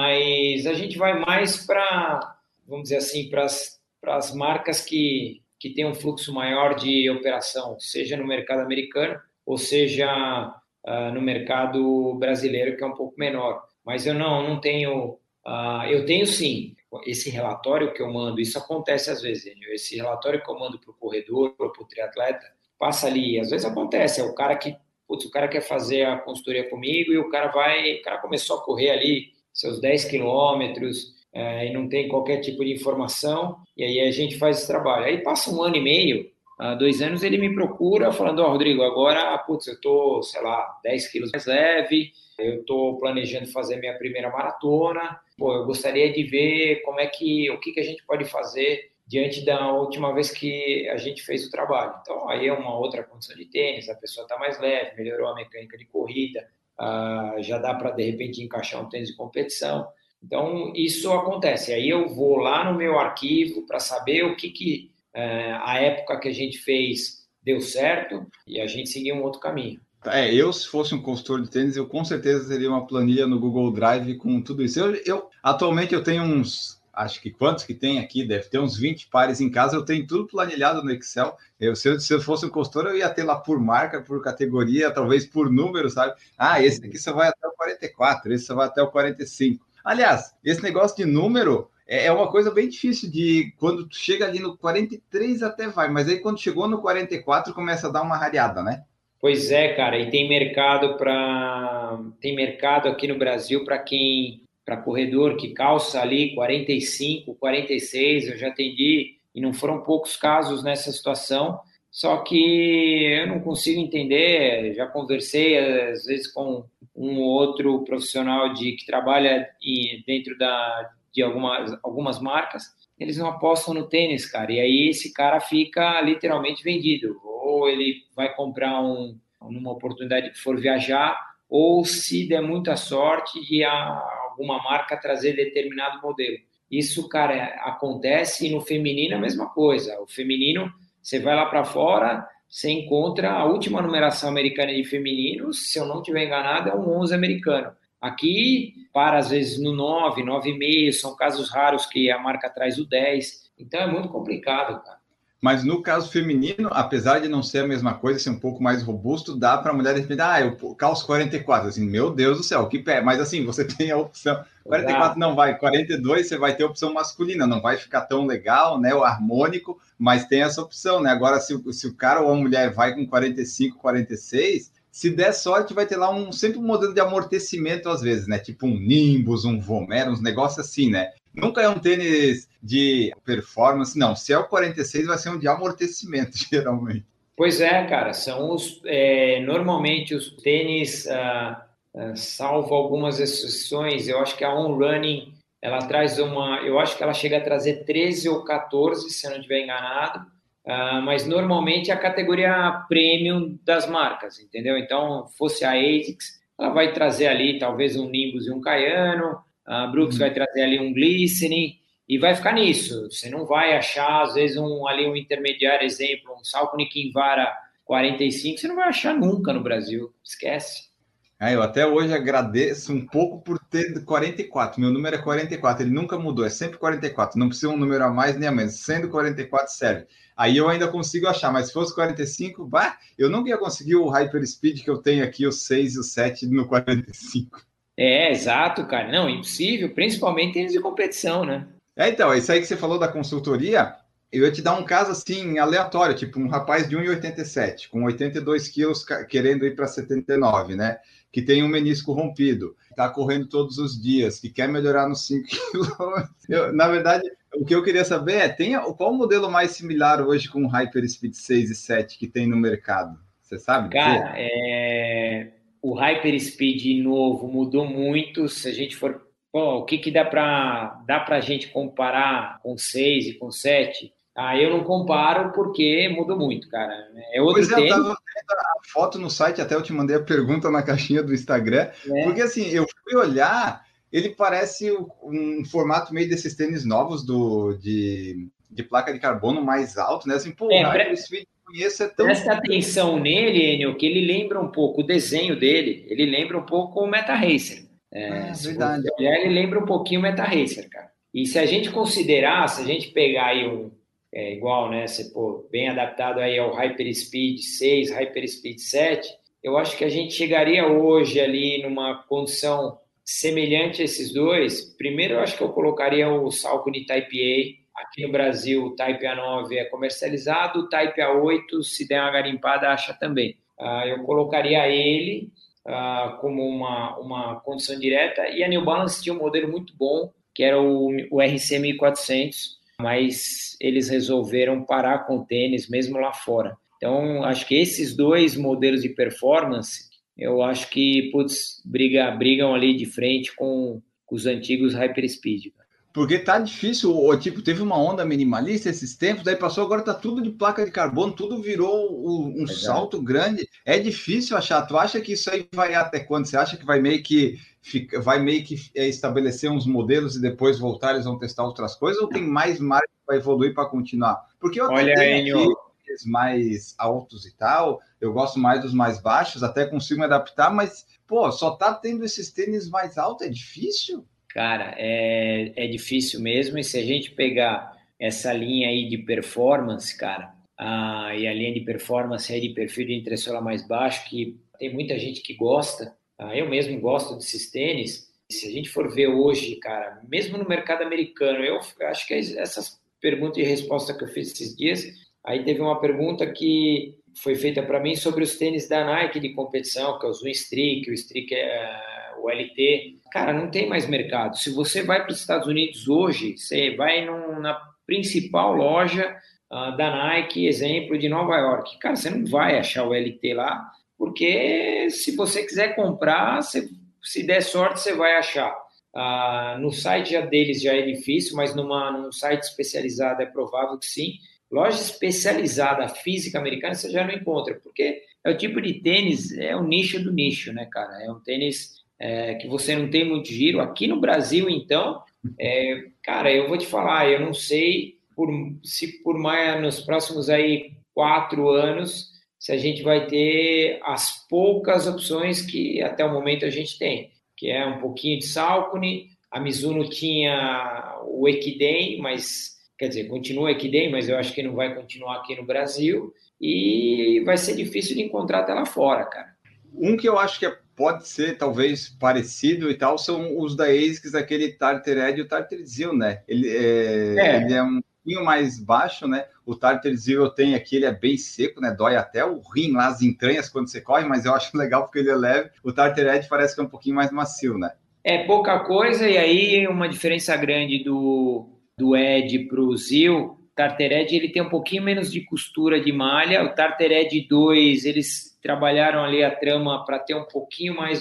mas a gente vai mais para, vamos dizer assim, para as marcas que tem um fluxo maior de operação, seja no mercado americano ou seja no mercado brasileiro, que é um pouco menor. Mas eu não tenho... eu tenho sim esse relatório que eu mando, isso acontece às vezes, esse relatório que eu mando para o corredor ou para o triatleta, passa ali, às vezes acontece, é o cara que, o cara quer fazer a consultoria comigo e o cara começou a correr ali seus 10 quilômetros, e não tem qualquer tipo de informação, e aí a gente faz esse trabalho. Aí passa 1 ano e meio, 2 anos, ele me procura falando, Rodrigo, agora, eu tô, sei lá, 10 quilos mais leve, eu tô planejando fazer minha primeira maratona, eu gostaria de ver o que a gente pode fazer diante da última vez que a gente fez o trabalho. Então, aí é uma outra condição de tênis, a pessoa está mais leve, melhorou a mecânica de corrida, já dá para, de repente, encaixar um tênis de competição. Então, isso acontece. Aí eu vou lá no meu arquivo para saber o que a época que a gente fez deu certo e a gente seguiu um outro caminho. Eu, se fosse um consultor de tênis, eu com certeza teria uma planilha no Google Drive com tudo isso. Atualmente, eu tenho acho que quantos que tem aqui? Deve ter uns 20 pares em casa, eu tenho tudo planilhado no Excel. Se eu fosse um consultor, eu ia ter lá por marca, por categoria, talvez por número, sabe? Esse aqui só vai até o 44, esse só vai até o 45. Aliás, esse negócio de número é uma coisa bem difícil de... Quando tu chega ali no 43 até vai, mas aí quando chegou no 44 começa a dar uma rareada, né? Pois é, cara, e tem mercado aqui no Brasil para corredor que calça ali 45, 46, eu já atendi, e não foram poucos casos nessa situação, só que eu não consigo entender, já conversei às vezes com um ou outro profissional que trabalha dentro de algumas marcas, eles não apostam no tênis, cara, e aí esse cara fica literalmente vendido, ou ele vai comprar numa oportunidade que for viajar, ou se der muita sorte de alguma marca trazer determinado modelo. Isso, cara, acontece, e no feminino é a mesma coisa. O feminino, você vai lá para fora, você encontra a última numeração americana de feminino, se eu não estiver enganado, é um 11 americano. Aqui, às vezes no 9, 9,5, são casos raros que a marca traz o 10. Então é muito complicado, cara. Mas no caso feminino, apesar de não ser a mesma coisa, ser um pouco mais robusto, dá para a mulher responder, eu calço 44, assim, meu Deus do céu, que pé. Mas assim, você tem a opção, 44 não vai, 42 você vai ter a opção masculina, não vai ficar tão legal, né, o harmônico, mas tem essa opção, né? Agora, se o cara ou a mulher vai com 45, 46, se der sorte, vai ter lá sempre um modelo de amortecimento às vezes, né? Tipo um Nimbus, um Vomero, uns negócios assim, né? Nunca é um tênis de performance, não. Se é o 46, vai ser um de amortecimento, geralmente. Pois é, cara, são normalmente os tênis, salvo algumas exceções, eu acho que a On Running, ela traz eu acho que ela chega a trazer 13 ou 14, se eu não estiver enganado, mas normalmente é a categoria premium das marcas, entendeu? Então, fosse a ASICS, ela vai trazer ali talvez um Nimbus e um Kayano, a Brooks vai trazer ali um Glistening, e vai ficar nisso. Você não vai achar, às vezes, um intermediário, exemplo, um Saucony Kinvara 45, você não vai achar nunca no Brasil. Esquece. Eu até hoje agradeço um pouco por ter 44. Meu número é 44, ele nunca mudou, é sempre 44. Não precisa um número a mais nem a menos. Sendo 44 serve. Aí eu ainda consigo achar, mas se fosse 45, eu nunca ia conseguir o Hyperspeed que eu tenho aqui, o 6 e o 7 no 45. Exato, cara. Não, impossível, principalmente tênis de competição, né? Então, isso aí que você falou da consultoria, eu ia te dar um caso assim, aleatório, tipo um rapaz de 1,87, com 82 quilos, querendo ir para 79, né? Que tem um menisco rompido, está correndo todos os dias, que quer melhorar nos 5 quilômetros. Na verdade, o que eu queria saber qual o modelo mais similar hoje com o Hyperspeed 6 e 7 que tem no mercado? Você sabe dizer? Cara, o Hyperspeed novo mudou muito. Se a gente for... o que dá para a gente comparar com 6 e com 7? Eu não comparo porque mudou muito, cara. É outro Pois é, eu tênis. estava vendo a foto no site, até eu te mandei a pergunta na caixinha do Instagram, porque assim, eu fui olhar, ele parece um formato meio desses tênis novos de placa de carbono mais alto, né? Assim, pô, o Hyperspeed que eu conheço é tão... Presta atenção nele, Enio, que ele lembra um pouco, o desenho dele, ele lembra um pouco o Meta Racer. Verdade. Você olhar, ele lembra um pouquinho o Meta Racer, cara. E se a gente considerar, se a gente pegar aí igual, né? Bem adaptado aí ao Hyperspeed 6, Hyperspeed 7, eu acho que a gente chegaria hoje ali numa condição semelhante a esses dois. Primeiro, eu acho que eu colocaria o Saucony Type A. Aqui no Brasil, o Type A9 é comercializado, o Type A8, se der uma garimpada, acha também. Eu colocaria ele como uma condição direta, e a New Balance tinha um modelo muito bom, que era o RC 1400, mas eles resolveram parar com o tênis mesmo lá fora. Então, acho que esses dois modelos de performance, eu acho que, brigam ali de frente com os antigos Hyperspeed. Porque tá difícil, tipo, teve uma onda minimalista esses tempos, daí passou, agora tá tudo de placa de carbono, tudo virou um salto grande. É difícil achar. Tu acha que isso aí vai até quando? Você acha que vai meio que estabelecer uns modelos e depois voltar, eles vão testar outras coisas, ou tem mais margem para evoluir para continuar? Porque eu tenho aqui mais altos e tal, eu gosto mais dos mais baixos, até consigo me adaptar, mas, pô, só tá tendo esses tênis mais altos, é difícil? Cara, é difícil mesmo, e se a gente pegar essa linha aí de performance, cara, e a linha de performance aí de perfil de entressola mais baixo, que tem muita gente que gosta, eu mesmo gosto desses tênis. Se a gente for ver hoje, cara, mesmo no mercado americano, eu acho que essas perguntas e respostas que eu fiz esses dias, aí teve uma pergunta que foi feita para mim sobre os tênis da Nike de competição, que é o Zoom Streak, o Streak o LT. Cara, não tem mais mercado. Se você vai para os Estados Unidos hoje, você vai na principal loja da Nike, exemplo, de Nova York. Cara, você não vai achar o LT lá, porque se você quiser comprar, se der sorte, você vai achar. No site deles já é difícil, mas num site especializado é provável que sim. Loja especializada física americana você já não encontra, porque é o tipo de tênis, é o nicho do nicho, né, cara? É um tênis que você não tem muito giro. Aqui no Brasil, então, cara, eu vou te falar, eu não sei se por mais nos próximos aí 4 anos, se a gente vai ter as poucas opções que até o momento a gente tem, que é um pouquinho de Saucony. A Mizuno tinha o Ekiden, mas... Quer dizer, continua Ekiden, mas eu acho que não vai continuar aqui no Brasil, e vai ser difícil de encontrar até lá fora, cara. Um que eu acho que pode ser talvez parecido e tal são os da ASICS, aquele Tartar Ed e o Tartar Zil, né? Ele é um pouquinho mais baixo, né? O Tartar Zero tem aqui, ele é bem seco, né? Dói até o rim lá, as entranhas quando você corre, mas eu acho legal porque ele é leve. O Tartar Red parece que é um pouquinho mais macio, né? É pouca coisa, e aí uma diferença grande do Ed para o Zil. O Tartar Ed ele tem um pouquinho menos de costura de malha. O Tartar Ed 2, eles trabalharam ali a trama para ter um pouquinho mais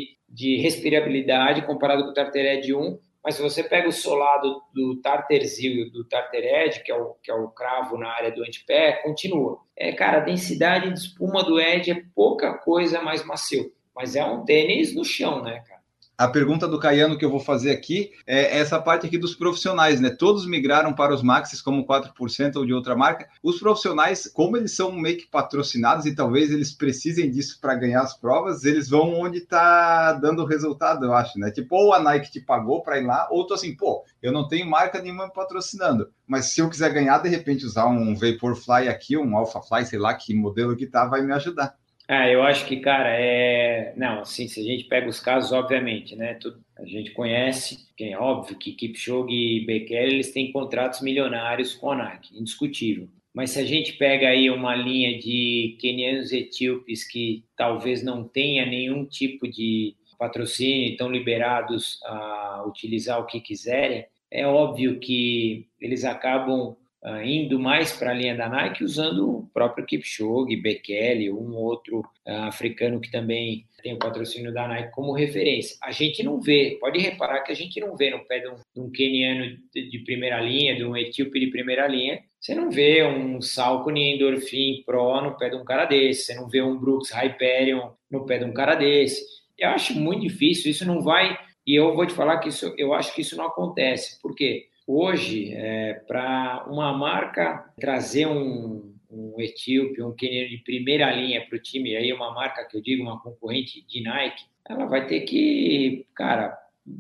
de respirabilidade comparado com o Tartar Ed 1. Mas se você pega o solado do Tartar Zil e do Tartar Ed, que é o cravo na área do antepé, continua. Cara, a densidade de espuma do Ed é pouca coisa mais macio. Mas é um tênis no chão, né, cara? A pergunta do Caiano que eu vou fazer aqui é essa parte aqui dos profissionais, né? Todos migraram para os Maxis como 4% ou de outra marca. Os profissionais, como eles são meio que patrocinados e talvez eles precisem disso para ganhar as provas, eles vão onde está dando resultado, eu acho, né? Tipo, ou a Nike te pagou para ir lá, ou tu assim, pô, eu não tenho marca nenhuma patrocinando, mas se eu quiser ganhar, de repente usar um Vaporfly aqui, um Alphafly, sei lá que modelo que tá, vai me ajudar. Eu acho que, cara, Não, assim, se a gente pega os casos, obviamente, né? A gente conhece, que é óbvio que Kipchoge e Bekele, eles têm contratos milionários com a Nike, indiscutível. Mas se a gente pega aí uma linha de quenianos e etíopes que talvez não tenha nenhum tipo de patrocínio e estão liberados a utilizar o que quiserem, é óbvio que eles acabam indo mais para a linha da Nike usando o próprio Kipchoge, Bekele, um outro africano que também tem o patrocínio da Nike como referência. A gente não vê, pode reparar que a gente não vê no pé de um queniano de primeira linha, de um etíope de primeira linha, você não vê um Saucony Endorphin Pro no pé de um cara desse, você não vê um Brooks Hyperion no pé de um cara desse. Eu acho muito difícil, isso não vai... E eu vou te falar que eu acho que isso não acontece. Por quê? Hoje, para uma marca trazer um etíope, um queniano de primeira linha para o time, aí uma marca que eu digo, uma concorrente de Nike, ela vai ter que, cara,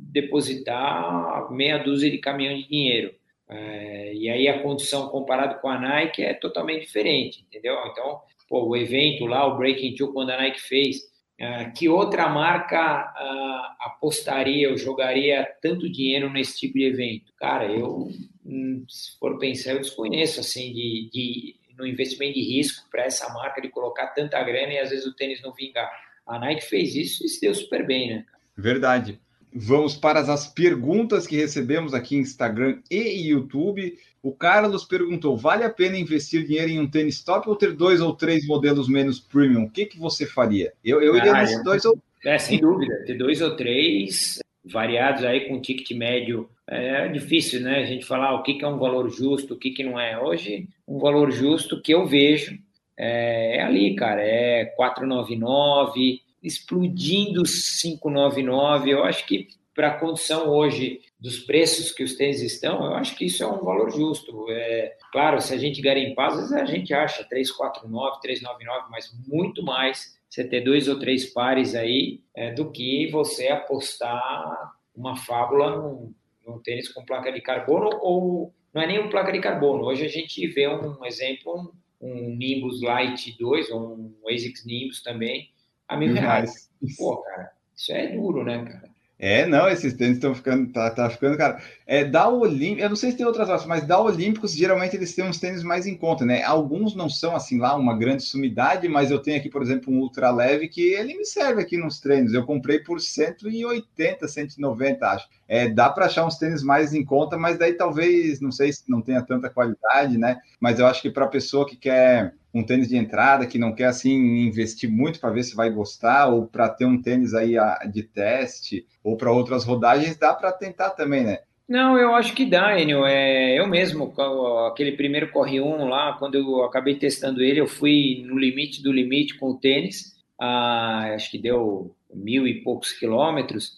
depositar meia dúzia de caminhão de dinheiro. E aí a condição comparado com a Nike é totalmente diferente, entendeu? Então, pô, o evento lá, o Breaking Two, quando a Nike fez, que outra marca apostaria ou jogaria tanto dinheiro nesse tipo de evento? Cara, se for pensar, eu desconheço, assim, no investimento de risco para essa marca de colocar tanta grana e às vezes o tênis não vingar. A Nike fez isso e se deu super bem, né? Verdade. Vamos para as perguntas que recebemos aqui em Instagram e YouTube. O Carlos perguntou: vale a pena investir dinheiro em um tênis top ou ter 2 ou 3 modelos menos premium? O que você faria? Eu iria nesses 2 ou... Sem dúvida. Ter 2 ou 3 variados aí com ticket médio. É difícil, né? A gente falar o que é um valor justo, o que não é. Hoje, um valor justo que eu vejo ali, cara. É 499, explodindo 599. Eu acho que para a condição hoje dos preços que os tênis estão, eu acho que isso é um valor justo. Claro, se a gente garimpar, às vezes a gente acha 349, 399, mas muito mais você ter 2 ou 3 pares aí do que você apostar uma fábula num tênis com placa de carbono, ou não é nem uma placa de carbono. Hoje a gente vê um exemplo, um Nimbus Lite 2, ou um ASICS Nimbus também, a R$ 1.000. Pô, cara, isso é duro, né, cara? Não, esses tênis estão ficando, tá ficando, cara. Da Olímpicos, eu não sei se tem outras marcas, mas da Olímpicos, geralmente eles têm uns tênis mais em conta, né? Alguns não são, assim, lá uma grande sumidade, mas eu tenho aqui, por exemplo, um ultra leve que ele me serve aqui nos treinos. Eu comprei por 180, 190, acho. Dá para achar uns tênis mais em conta, mas daí talvez, não sei se não tenha tanta qualidade, né? Mas eu acho que para a pessoa que quer um tênis de entrada, que não quer assim investir muito para ver se vai gostar, ou para ter um tênis aí de teste, ou para outras rodagens, dá para tentar também, né? Não, eu acho que dá, Enio. Eu mesmo, aquele primeiro Corre 1 lá, quando eu acabei testando ele, eu fui no limite do limite com o tênis, acho que deu 1.000 e poucos quilômetros.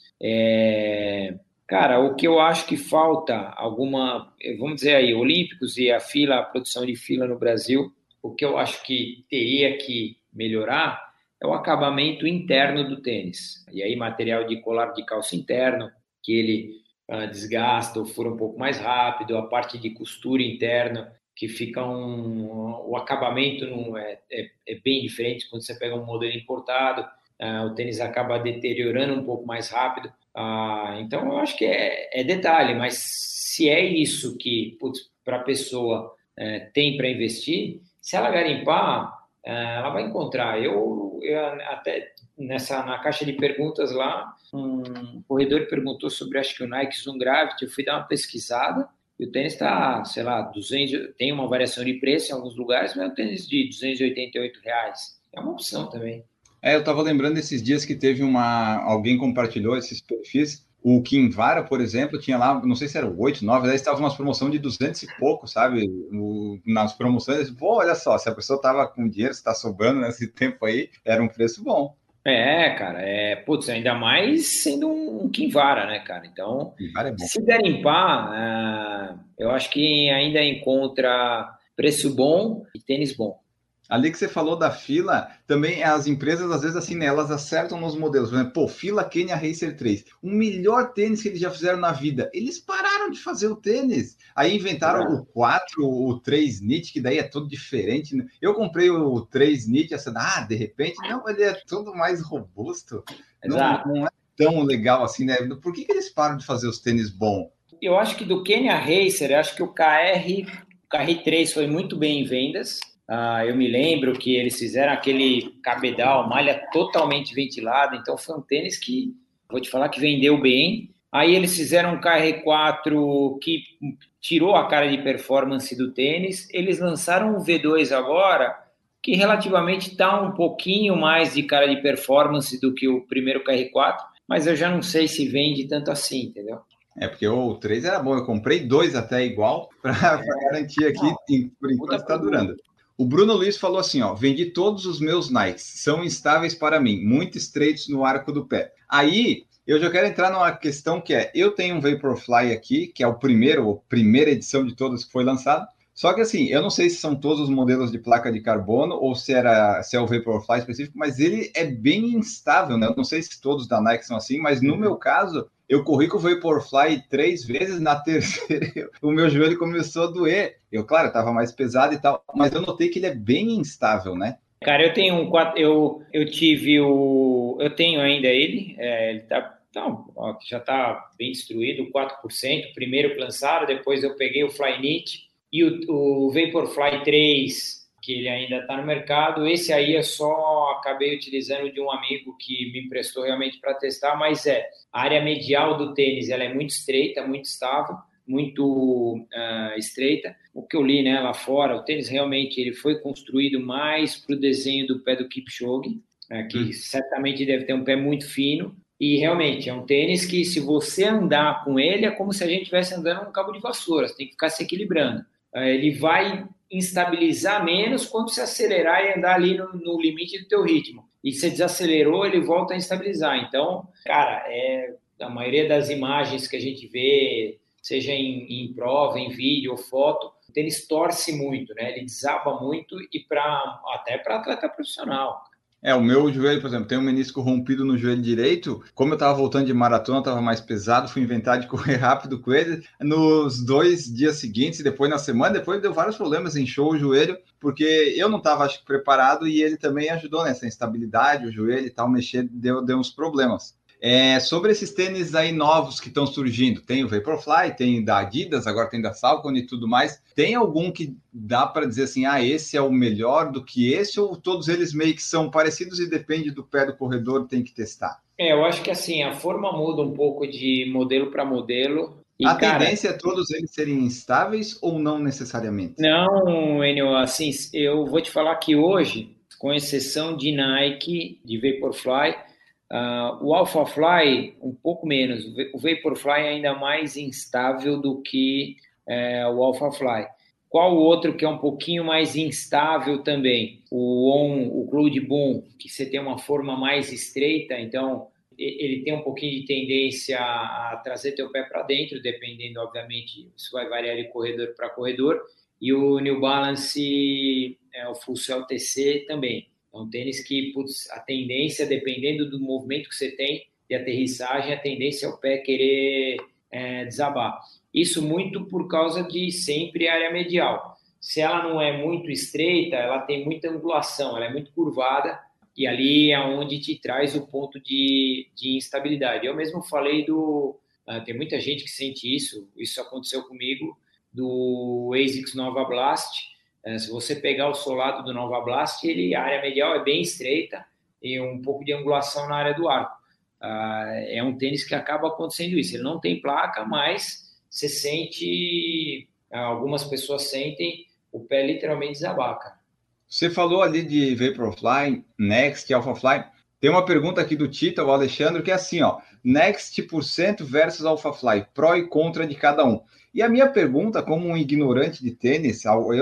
Cara, o que eu acho que falta, vamos dizer aí, Olímpicos e a produção de fila no Brasil, o que eu acho que teria que melhorar é o acabamento interno do tênis. E aí, material de colar de calça interno, que ele desgasta ou fura um pouco mais rápido, a parte de costura interna, que fica o acabamento é bem diferente quando você pega um modelo importado, o tênis acaba deteriorando um pouco mais rápido. Então, eu acho que é detalhe, mas se é isso que, para a pessoa tem para investir, se ela garimpar, ela vai encontrar. Eu até na caixa de perguntas lá, um corredor perguntou sobre, acho que o Nike Zoom Gravity, eu fui dar uma pesquisada, e o tênis está, sei lá, 200, tem uma variação de preço em alguns lugares, mas é um tênis de R$ 288. É uma opção também. Eu estava lembrando esses dias que teve alguém compartilhou esses perfis. O Kinvara, por exemplo, tinha lá, não sei se era 8, 9, 10, estava umas promoção de 200 e pouco, sabe? Nas promoções, pô, olha só, se a pessoa estava com dinheiro, se está sobrando nesse tempo aí, era um preço bom. Cara, putz, ainda mais sendo um Kinvara, né, cara? Então, Kinvara é bom. se garimpar, eu acho que ainda encontra preço bom e tênis bom. Ali que você falou da fila, também as empresas, às vezes, assim, né, elas acertam nos modelos. Por exemplo, pô, fila Kenya Racer 3. O melhor tênis que eles já fizeram na vida. Eles pararam de fazer o tênis. Aí inventaram o 4, o 3 Knit, que daí é todo diferente. Eu comprei o 3 Knit, assim, de repente, não, ele é todo mais robusto. Não é tão legal assim, né? Por que eles param de fazer os tênis bons? Eu acho que do Kenya Racer, acho que o KR3 foi muito bem em vendas. Eu me lembro que eles fizeram aquele cabedal, malha totalmente ventilada, então foi um tênis que, vou te falar, que vendeu bem. Aí eles fizeram um KR4 que tirou a cara de performance do tênis. Eles lançaram o V2 agora, que relativamente está um pouquinho mais de cara de performance do que o primeiro KR4, mas eu já não sei se vende tanto assim, entendeu? Porque o 3 era bom, eu comprei 2 até igual para garantir aqui, por enquanto está durando. O Bruno Luiz falou assim, vendi todos os meus Nikes, são instáveis para mim, muito estreitos no arco do pé. Aí, eu já quero entrar numa questão que eu tenho um Vaporfly aqui, que é a primeira edição de todas que foi lançado, só que assim, eu não sei se são todos os modelos de placa de carbono ou se é o Vaporfly específico, mas ele é bem instável, né? Eu não sei se todos da Nike são assim, mas no meu caso, eu corri com o Vaporfly 3 vezes, na terceira o meu joelho começou a doer. Claro, estava mais pesado e tal, mas eu notei que ele é bem instável, né? Cara, eu tenho eu tenho ainda ele já está bem destruído, 4%, primeiro que lançaram, depois eu peguei o Flyknit e o Vaporfly 3, que ele ainda está no mercado. Esse aí eu só acabei utilizando de um amigo que me emprestou realmente para testar, mas a área medial do tênis ela é muito estreita, muito estável, muito estreita. O que eu li, né, lá fora, o tênis realmente ele foi construído mais para o desenho do pé do Kipchoge, que certamente deve ter um pé muito fino, e realmente é um tênis que, se você andar com ele, é como se a gente estivesse andando num cabo de vassoura, você tem que ficar se equilibrando. Ele vai instabilizar menos quando você acelerar e andar ali no limite do teu ritmo. E se desacelerou, ele volta a instabilizar. Então, cara, a maioria das imagens que a gente vê, seja em prova, em vídeo ou foto, o tênis torce muito, né? Ele desaba muito e até para atleta profissional. O meu joelho, por exemplo, tem um menisco rompido no joelho direito. Como eu estava voltando de maratona, estava mais pesado, fui inventar de correr rápido com ele. Nos 2 dias seguintes, depois na semana, depois deu vários problemas, inchou o joelho, porque eu não estava, acho que, preparado e ele também ajudou nessa instabilidade, o joelho e tal, mexer, deu uns problemas. Sobre esses tênis aí novos que estão surgindo, tem o Vaporfly, tem da Adidas, agora tem da Saucony e tudo mais. Tem algum que dá para dizer assim, esse é o melhor do que esse, ou todos eles meio que são parecidos e depende do pé do corredor, tem que testar? Eu acho que assim, a forma muda um pouco de modelo para modelo. A tendência é todos eles serem instáveis ou não necessariamente? Não, Enio, assim, eu vou te falar que hoje, com exceção de Nike, de Vaporfly, o Alphafly um pouco menos, o Vaporfly é ainda mais instável do que o Alphafly. Qual o outro que é um pouquinho mais instável também? O Cloud Boom, que você tem uma forma mais estreita, então ele tem um pouquinho de tendência a trazer teu pé para dentro, dependendo, obviamente, isso vai variar de corredor para corredor. E o New Balance, o Full Sail TC também. É um tênis que, a tendência, dependendo do movimento que você tem de aterrissagem, a tendência é o pé querer desabar. Isso muito por causa de sempre a área medial. Se ela não é muito estreita, ela tem muita angulação, ela é muito curvada, e ali é onde te traz o ponto de instabilidade. Eu mesmo falei tem muita gente que sente isso aconteceu comigo, do ASICS Nova Blast. Se você pegar o solado do Nova Blast, a área medial é bem estreita e um pouco de angulação na área do arco. É um tênis que acaba acontecendo isso. Ele não tem placa, mas você sente, algumas pessoas sentem, o pé literalmente desabaca. Você falou ali de Vaporfly, Next, AlphaFly. Tem uma pergunta aqui do Tito, o Alexandre, que é assim, ó, Next por cento versus AlphaFly, pró e contra de cada um. E a minha pergunta, como um ignorante de tênis,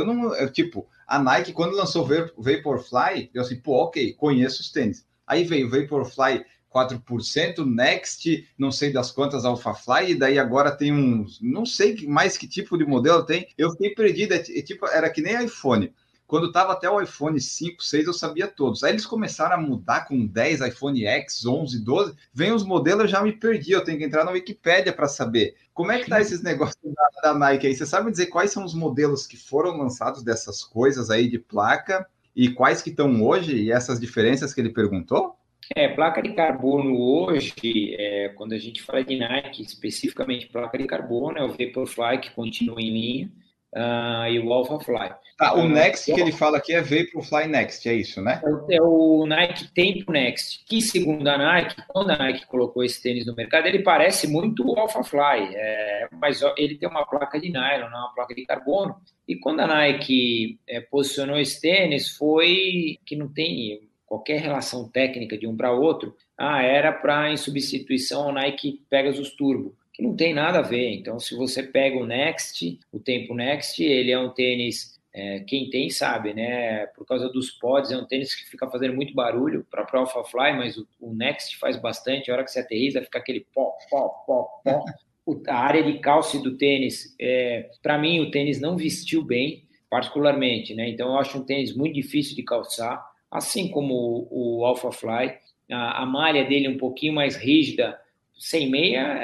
a Nike, quando lançou Vaporfly, eu assim, pô, ok, conheço os tênis. Aí veio Vaporfly 4%, Next, não sei das quantas AlphaFly, e daí agora tem uns, não sei mais que tipo de modelo tem. Eu fiquei perdido, era que nem iPhone. Quando estava até o iPhone 5, 6, eu sabia todos. Aí eles começaram a mudar com 10, iPhone X, 11, 12. Vem os modelos, eu já me perdi. Eu tenho que entrar na Wikipédia para saber. Como é que tá esses negócios da Nike aí? Você sabe dizer quais são os modelos que foram lançados dessas coisas aí de placa e quais que estão hoje e essas diferenças que ele perguntou? Placa de carbono hoje, quando a gente fala de Nike, especificamente placa de carbono, é o Vaporfly, que continua em linha, e o AlphaFly. Tá, o Next que ele fala aqui é Vaporfly Next, é isso, né? É o Nike Tempo Next, que segundo a Nike, quando a Nike colocou esse tênis no mercado, ele parece muito o AlphaFly, mas ele tem uma placa de nylon, não uma placa de carbono. E quando a Nike posicionou esse tênis, foi que não tem qualquer relação técnica de um para outro, era para, em substituição ao Nike Pegasus Turbo, que não tem nada a ver. Então, se você pega o Next, o Tempo Next, ele é um tênis, quem tem sabe, né? Por causa dos pods, é um tênis que fica fazendo muito barulho, o próprio AlphaFly, mas o Next faz bastante, a hora que você aterriza fica aquele pó, pó, pó, pó. A área de calce do tênis, para mim, o tênis não vestiu bem, particularmente, né? Então, eu acho um tênis muito difícil de calçar, assim como o AlphaFly. A malha dele é um pouquinho mais rígida, sem meia,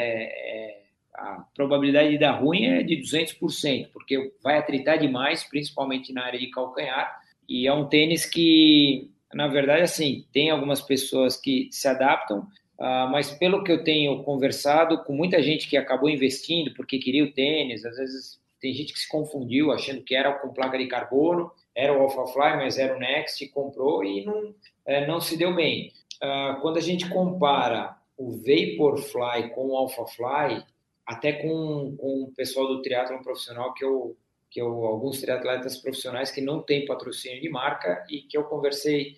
a probabilidade de dar ruim é de 200%, porque vai atritar demais, principalmente na área de calcanhar, e é um tênis que, na verdade, assim, tem algumas pessoas que se adaptam, mas pelo que eu tenho conversado com muita gente que acabou investindo porque queria o tênis, às vezes tem gente que se confundiu achando que era com placa de carbono, era o AlphaFly, mas era o Next, comprou e não se deu bem. Quando a gente compara o Vaporfly com o AlphaFly, até com o pessoal do triatlon profissional, alguns triatletas profissionais que não têm patrocínio de marca e que eu conversei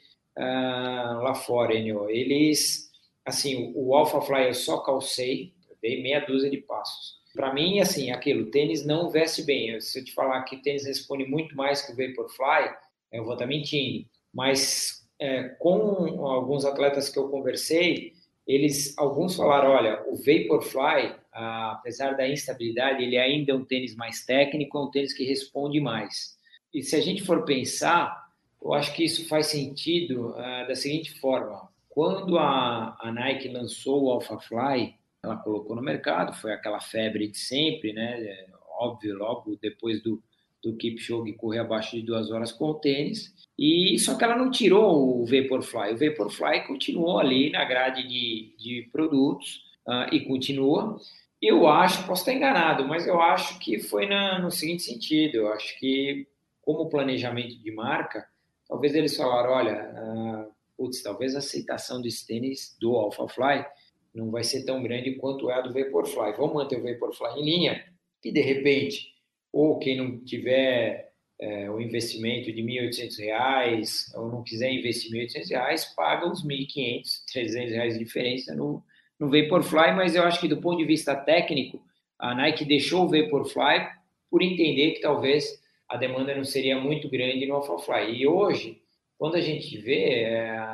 lá fora, Enio. Eles, assim, o AlphaFly eu só calcei, dei meia dúzia de passos. Para mim, assim, aquilo, tênis não veste bem. Se eu te falar que tênis responde muito mais que o Vaporfly, eu vou estar mentindo. Mas com alguns atletas que eu conversei, alguns falaram, olha, o Vaporfly, apesar da instabilidade, ele ainda é um tênis mais técnico, é um tênis que responde mais. E se a gente for pensar, eu acho que isso faz sentido da seguinte forma. Quando a Nike lançou o AlphaFly, ela colocou no mercado, foi aquela febre de sempre, né? Óbvio, logo depois do Kipchoge correr abaixo de 2 horas com o tênis, e só que ela não tirou o Vaporfly. O Vaporfly continuou ali na grade de produtos e continua. Eu acho, posso estar enganado, mas eu acho que foi no seguinte sentido, eu acho que como planejamento de marca, talvez eles falaram, olha, talvez a aceitação desse tênis do AlphaFly não vai ser tão grande quanto é a do Vaporfly. Vamos manter o Vaporfly em linha e, de repente, ou quem não tiver o investimento de R$ 1.800 ou não quiser investir R$ 1.800, paga os R$ 1.500, R$ 300 de diferença no Vaporfly, mas eu acho que do ponto de vista técnico, a Nike deixou o Vaporfly por entender que talvez a demanda não seria muito grande no AlphaFly. E hoje, quando a gente vê,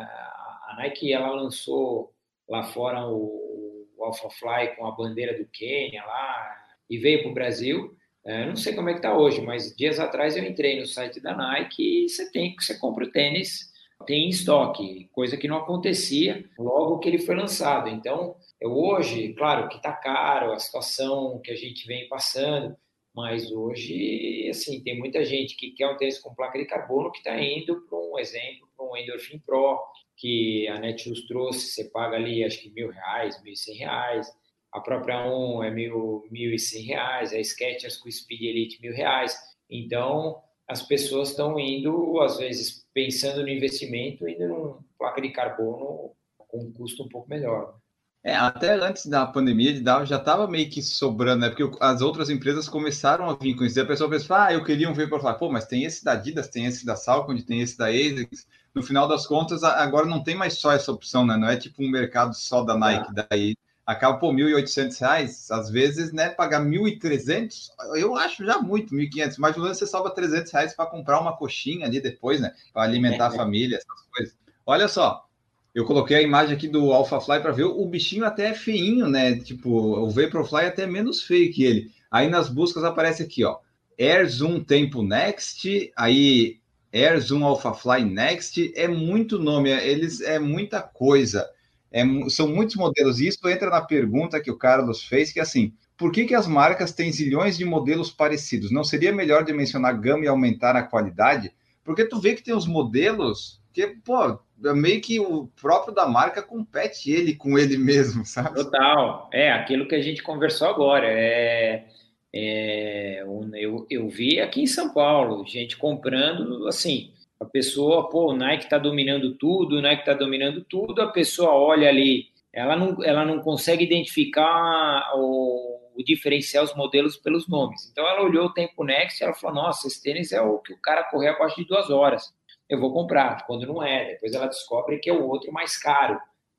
a Nike ela lançou lá fora o AlphaFly com a bandeira do Quênia lá e veio para o Brasil. Não sei como é que está hoje, mas dias atrás eu entrei no site da Nike e você compra o tênis, tem em estoque, coisa que não acontecia logo que ele foi lançado. Então, hoje, claro que está caro a situação que a gente vem passando, mas hoje, assim, tem muita gente que quer um tênis com placa de carbono que está indo para um exemplo, para um Endorphin Pro, que a Netshoes trouxe, você paga ali acho que R$ 1.000, R$ 1.100, a própria On é R$ 1.100, a Skechers com o Speed Elite R$ 1.000. Então, as pessoas estão indo, às vezes, pensando no investimento, indo numa placa de carbono com um custo um pouco melhor. Até antes da pandemia já estava meio que sobrando, né? Porque as outras empresas começaram a vir com isso. E a pessoa pensa, eu queria um Vaporfly. Pô, mas tem esse da Adidas, tem esse da Saucony, tem esse da ASICS. No final das contas, agora não tem mais só essa opção, né? Não é tipo um mercado só da Nike. Daí acaba por R$ 1.800. Às vezes, né, pagar 1.300, eu acho já muito, 1.500. Mas no você salva R$ 300 para comprar uma coxinha ali depois, né? Para alimentar a família, essas coisas. Olha só. Eu coloquei a imagem aqui do AlphaFly para ver, o bichinho até é feinho, né? Tipo, o Vaporfly é até menos feio que ele. Aí nas buscas aparece aqui, ó, Air Zoom Tempo Next, aí Air Zoom AlphaFly Next, é muito nome, é muita coisa, são muitos modelos. E isso entra na pergunta que o Carlos fez, que é assim, por que as marcas têm zilhões de modelos parecidos? Não seria melhor dimensionar a gama e aumentar a qualidade? Porque tu vê que tem os modelos que, pô, meio que o próprio da marca compete ele com ele mesmo, sabe? Total. Aquilo que a gente conversou agora. Eu vi aqui em São Paulo, gente comprando, assim, a pessoa, o Nike está dominando tudo, o Nike está dominando tudo, a pessoa olha ali, ela não consegue identificar diferenciar os modelos pelos nomes. Então, ela olhou o Tempo Next e ela falou, nossa, esse tênis é o que o cara corre abaixo de 2 horas. Eu vou comprar, quando não é. Depois ela descobre que é o outro mais caro.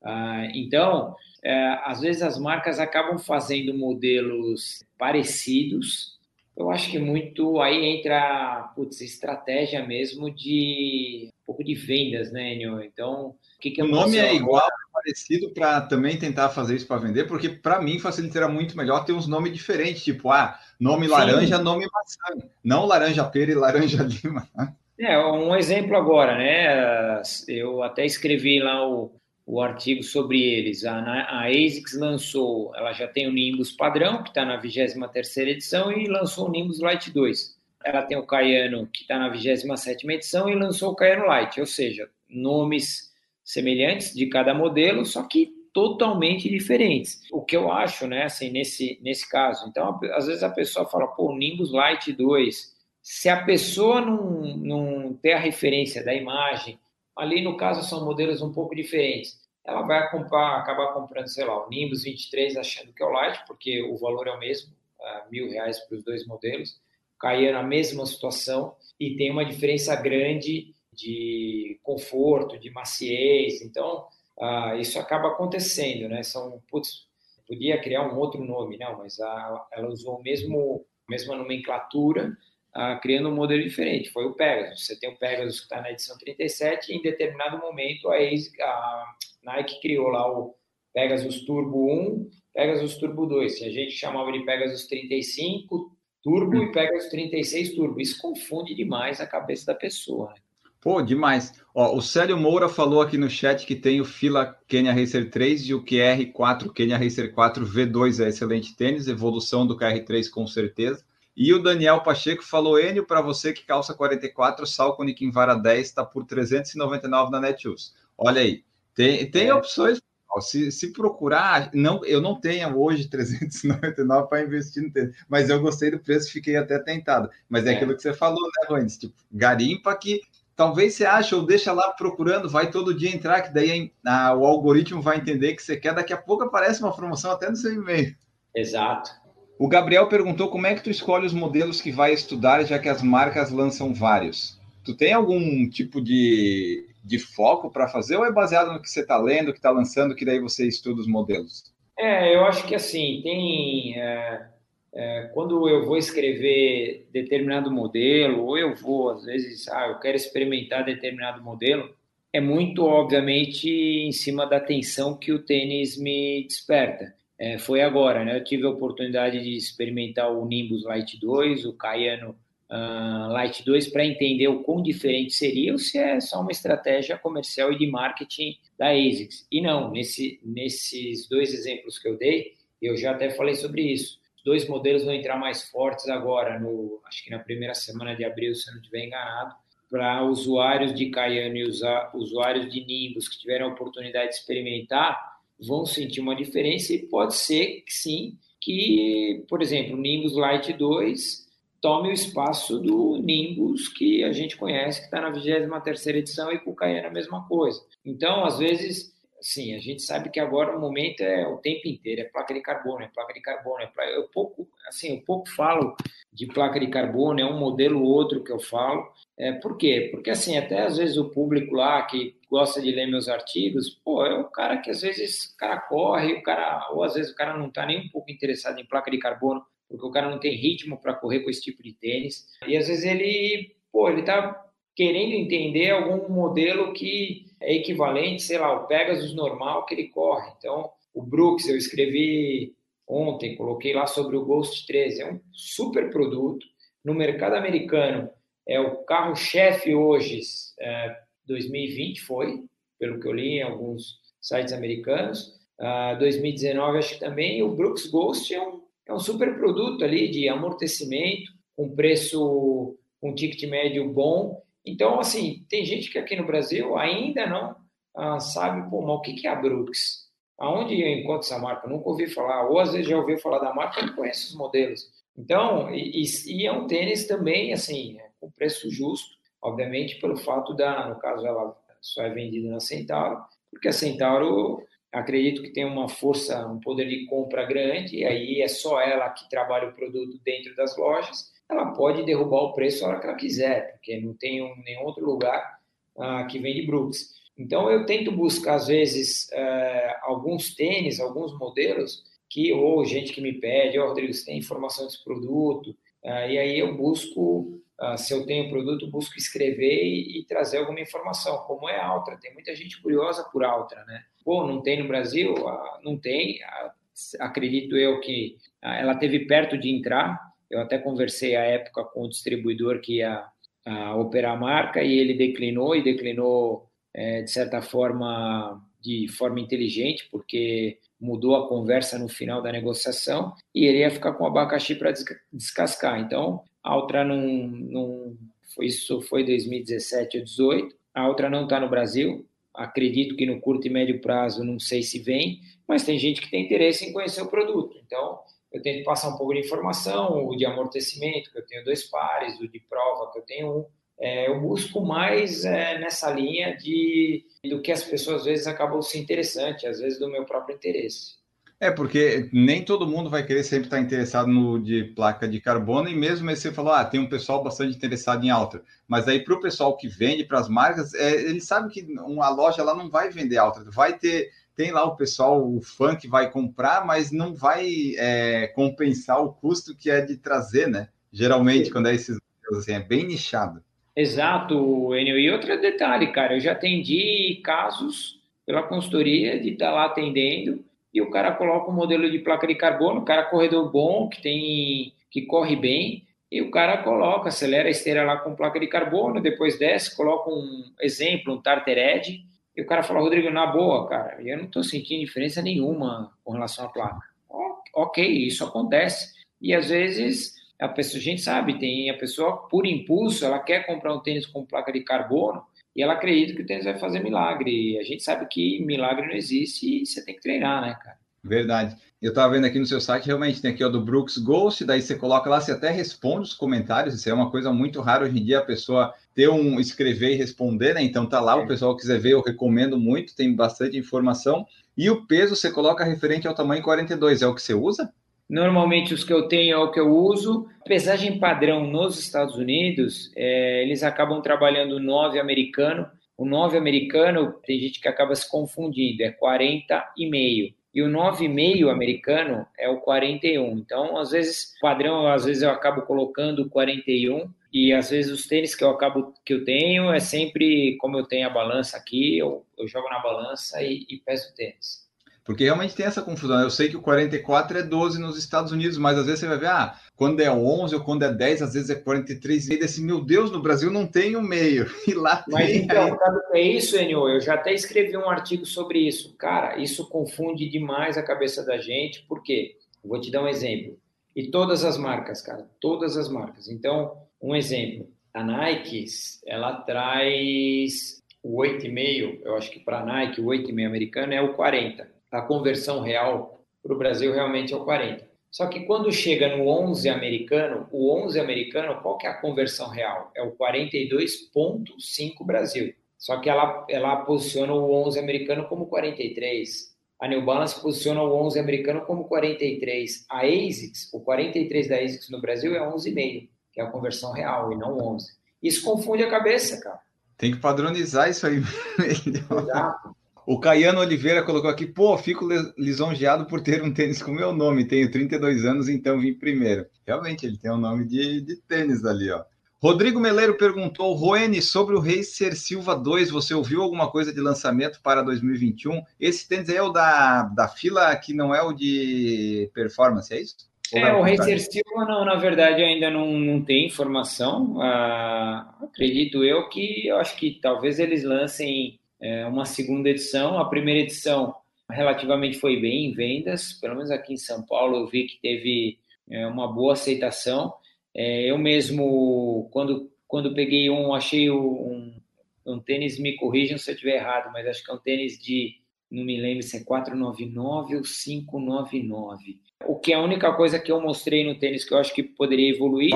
Então, às vezes as marcas acabam fazendo modelos parecidos. Eu acho que muito aí entra estratégia mesmo de um pouco de vendas, né, Enio? Então, o que o nome aconteceu é igual, agora? parecido, para também tentar fazer isso para vender, porque para mim facilitaria muito melhor ter uns nomes diferentes, tipo, nome laranja, Sim. nome maçã, não laranja pera e laranja lima. Um exemplo agora, né? Eu até escrevi lá o artigo sobre eles. A ASICS lançou, ela já tem o Nimbus padrão, que está na 23ª edição, e lançou o Nimbus Lite 2. Ela tem o Kayano, que está na 27ª edição, e lançou o Kayano Lite, ou seja, nomes semelhantes de cada modelo, só que totalmente diferentes. O que eu acho, né, assim, nesse caso. Então, às vezes a pessoa fala, o Nimbus Lite 2, se a pessoa não ter a referência da imagem, ali no caso são modelos um pouco diferentes, ela vai acabar comprando, sei lá, o Nimbus 23 achando que é o Lite, porque o valor é o mesmo, R$ 1.000 para os dois modelos, Cayenne na mesma situação, e tem uma diferença grande de conforto, de maciez, então isso acaba acontecendo, né? Podia criar um outro nome, não, mas ela usou a mesma nomenclatura, criando um modelo diferente. Foi o Pegasus. Você tem o Pegasus que está na edição 37 e em determinado momento a Nike criou lá o Pegasus Turbo 1, Pegasus Turbo 2. A gente chamava de Pegasus 35 Turbo e Pegasus 36 Turbo. Isso confunde demais a cabeça da pessoa, né? Pô, demais. Ó, o Célio Moura falou aqui no chat que tem o Fila Kenya Racer 3 e o QR4 Kenya Racer 4 V2 é excelente tênis, evolução do KR3 com certeza. E o Daniel Pacheco falou, Enio, para você que calça 44, Salcone Kinvara 10 está por 399 na Netshoes. Olha aí, tem opções. Se procurar, eu não tenho hoje 399 para investir no tênis, mas eu gostei do preço, fiquei até tentado. Mas é aquilo que você falou, né, Ruiz? Tipo, garimpa que talvez você ache ou deixa lá procurando, vai todo dia entrar, que daí o algoritmo vai entender que você quer, daqui a pouco aparece uma promoção até no seu e-mail. Exato. O Gabriel perguntou como é que tu escolhe os modelos que vai estudar, já que as marcas lançam vários. Tu tem algum tipo de foco para fazer ou é baseado no que você está lendo, que está lançando, que daí você estuda os modelos? Eu acho que assim, quando eu vou escrever determinado modelo, ou eu vou, às vezes, eu quero experimentar determinado modelo, é muito, obviamente, em cima da atenção que o tênis me desperta. Foi agora, né? Eu tive a oportunidade de experimentar o Nimbus Lite 2, o Kayano Lite 2, para entender o quão diferente seria ou se é só uma estratégia comercial e de marketing da ASICS. E não, nesses dois exemplos que eu dei, eu já até falei sobre isso. Os dois modelos vão entrar mais fortes agora, acho que na primeira semana de abril, se eu não estiver enganado, para usuários de Kayano e usuários de Nimbus que tiveram a oportunidade de experimentar, vão sentir uma diferença e pode ser que sim, que, por exemplo, o Nimbus Lite 2 tome o espaço do Nimbus que a gente conhece, que está na 23ª edição, e com o Cayenne a mesma coisa. Então, às vezes, sim, a gente sabe que agora o momento é o tempo inteiro, é placa de carbono, é placa de carbono, eu pouco falo de placa de carbono, é um modelo ou outro que eu falo. Por quê? Porque, assim, até às vezes o público lá que gosta de ler meus artigos, pô, é o cara que às vezes o cara corre, ou às vezes o cara não está nem um pouco interessado em placa de carbono, porque o cara não tem ritmo para correr com esse tipo de tênis. E às vezes ele está querendo entender algum modelo que é equivalente, sei lá, o Pegasus normal que ele corre. Então, o Brooks, eu escrevi ontem, coloquei lá sobre o Ghost 13, é um super produto. No mercado americano, é o carro-chefe hoje, 2020 foi, pelo que eu li em alguns sites americanos. 2019 acho que também. O Brooks Ghost é um super produto ali de amortecimento, com preço, com ticket médio bom. Então, assim, tem gente que aqui no Brasil ainda não sabe, pô, mas o que é a Brooks? Aonde eu encontro essa marca? Eu nunca ouvi falar, ou às vezes já ouvi falar da marca, eu não conheço os modelos. Então, e é um tênis também, assim, com preço justo, obviamente pelo fato no caso, ela só é vendida na Centauro, porque a Centauro, acredito que tem uma força, um poder de compra grande, e aí é só ela que trabalha o produto dentro das lojas, ela pode derrubar o preço a hora que ela quiser, porque não tem nenhum outro lugar que vende Brooks. Então, eu tento buscar, às vezes, alguns tênis, alguns modelos, ou gente que me pede, Rodrigo, você tem informação desse produto? E aí eu busco, se eu tenho produto, busco escrever e trazer alguma informação, como é a Altra. Tem muita gente curiosa por Altra, né? Pô, não tem no Brasil? Não tem. Acredito eu que ela teve perto de entrar. Eu até conversei à época com o distribuidor que ia operar a marca e ele declinou, de certa forma, de forma inteligente, porque mudou a conversa no final da negociação e ele ia ficar com o abacaxi para descascar. Então, a Altra isso foi 2017 ou 2018, a Altra não está no Brasil, acredito que no curto e médio prazo não sei se vem, mas tem gente que tem interesse em conhecer o produto. Então, eu tento passar um pouco de informação, o de amortecimento, que eu tenho 2 pares, o de prova, que eu tenho 1. Eu busco mais nessa linha do que as pessoas às vezes acabam se interessando, às vezes do meu próprio interesse. Porque nem todo mundo vai querer sempre estar interessado no de placa de carbono, e mesmo aí você falou, tem um pessoal bastante interessado em Altra, mas aí para o pessoal que vende para as marcas, ele sabe que uma loja lá não vai vender Altra, tem lá o pessoal, o fã que vai comprar, mas não vai compensar o custo que é de trazer, né? Geralmente, quando é esses assim, é bem nichado. Exato, Enio. E outro detalhe, cara, eu já atendi casos pela consultoria de estar lá atendendo e o cara coloca um modelo de placa de carbono, o cara corredor bom, que corre bem, e o cara acelera a esteira lá com placa de carbono, depois desce, coloca um exemplo, um Tartar Edge, e o cara fala, Rodrigo, na boa, cara, eu não estou sentindo diferença nenhuma com relação à placa. Ok, isso acontece. E às vezes a gente sabe, tem a pessoa por impulso, ela quer comprar um tênis com placa de carbono e ela acredita que o tênis vai fazer milagre. E a gente sabe que milagre não existe e você tem que treinar, né, cara? Verdade. Eu estava vendo aqui no seu site, realmente tem aqui o do Brooks Ghost, daí você coloca lá, você até responde os comentários, isso é uma coisa muito rara hoje em dia, a pessoa escrever e responder, né? Então tá lá, o pessoal quiser ver, eu recomendo muito, tem bastante informação. E o peso você coloca referente ao tamanho 42, é o que você usa? Normalmente os que eu tenho é o que eu uso. Pesagem padrão nos Estados Unidos, eles acabam trabalhando o 9 americano. O 9 americano, tem gente que acaba se confundindo, é 40,5. E o 9,5 americano é o 41. Então, às vezes, padrão, às vezes eu acabo colocando o 41. E às vezes os tênis que eu tenho é sempre, como eu tenho a balança aqui, eu jogo na balança e peso o tênis. Porque realmente tem essa confusão. Eu sei que o 44 é 12 nos Estados Unidos, mas às vezes você vai ver, quando é 11 ou quando é 10, às vezes é 43 e meio. Assim, meu Deus, no Brasil não tem o meio. E lá mas tem. Então, sabe o que é isso, Enio? Eu já até escrevi um artigo sobre isso. Cara, isso confunde demais a cabeça da gente, por quê? Eu vou te dar um exemplo. E todas as marcas, cara, todas as marcas. Então, um exemplo. A Nike, ela traz o 8,5, eu acho que para a Nike, o 8,5 americano é o 40. a conversão real para o Brasil realmente é o 40. Só que quando chega no 11 americano, o 11 americano, qual que é a conversão real? É o 42,5 Brasil. Só que ela posiciona o 11 americano como 43. A New Balance posiciona o 11 americano como 43. A ASICS, o 43 da ASICS no Brasil é 11,5, que é a conversão real e não 11. Isso confunde a cabeça, cara. Tem que padronizar isso aí. Exato. O Caiano Oliveira colocou aqui, pô, fico lisonjeado por ter um tênis com meu nome. Tenho 32 anos, então vim primeiro. Realmente, ele tem um nome de tênis ali, ó. Rodrigo Meleiro perguntou, Roene, sobre o Racer Silva 2, você ouviu alguma coisa de lançamento para 2021? Esse tênis aí é o da fila, que não é o de performance, é isso? O Racer Silva, não, na verdade, ainda não tem informação. Acredito eu acho que talvez eles lancem uma segunda edição. A primeira edição relativamente foi bem em vendas, pelo menos aqui em São Paulo eu vi que teve uma boa aceitação. Eu mesmo, quando peguei achei um tênis, me corrijam se eu estiver errado, mas acho que é um tênis não me lembro se é 499 ou 599. O que é a única coisa que eu mostrei no tênis que eu acho que poderia evoluir.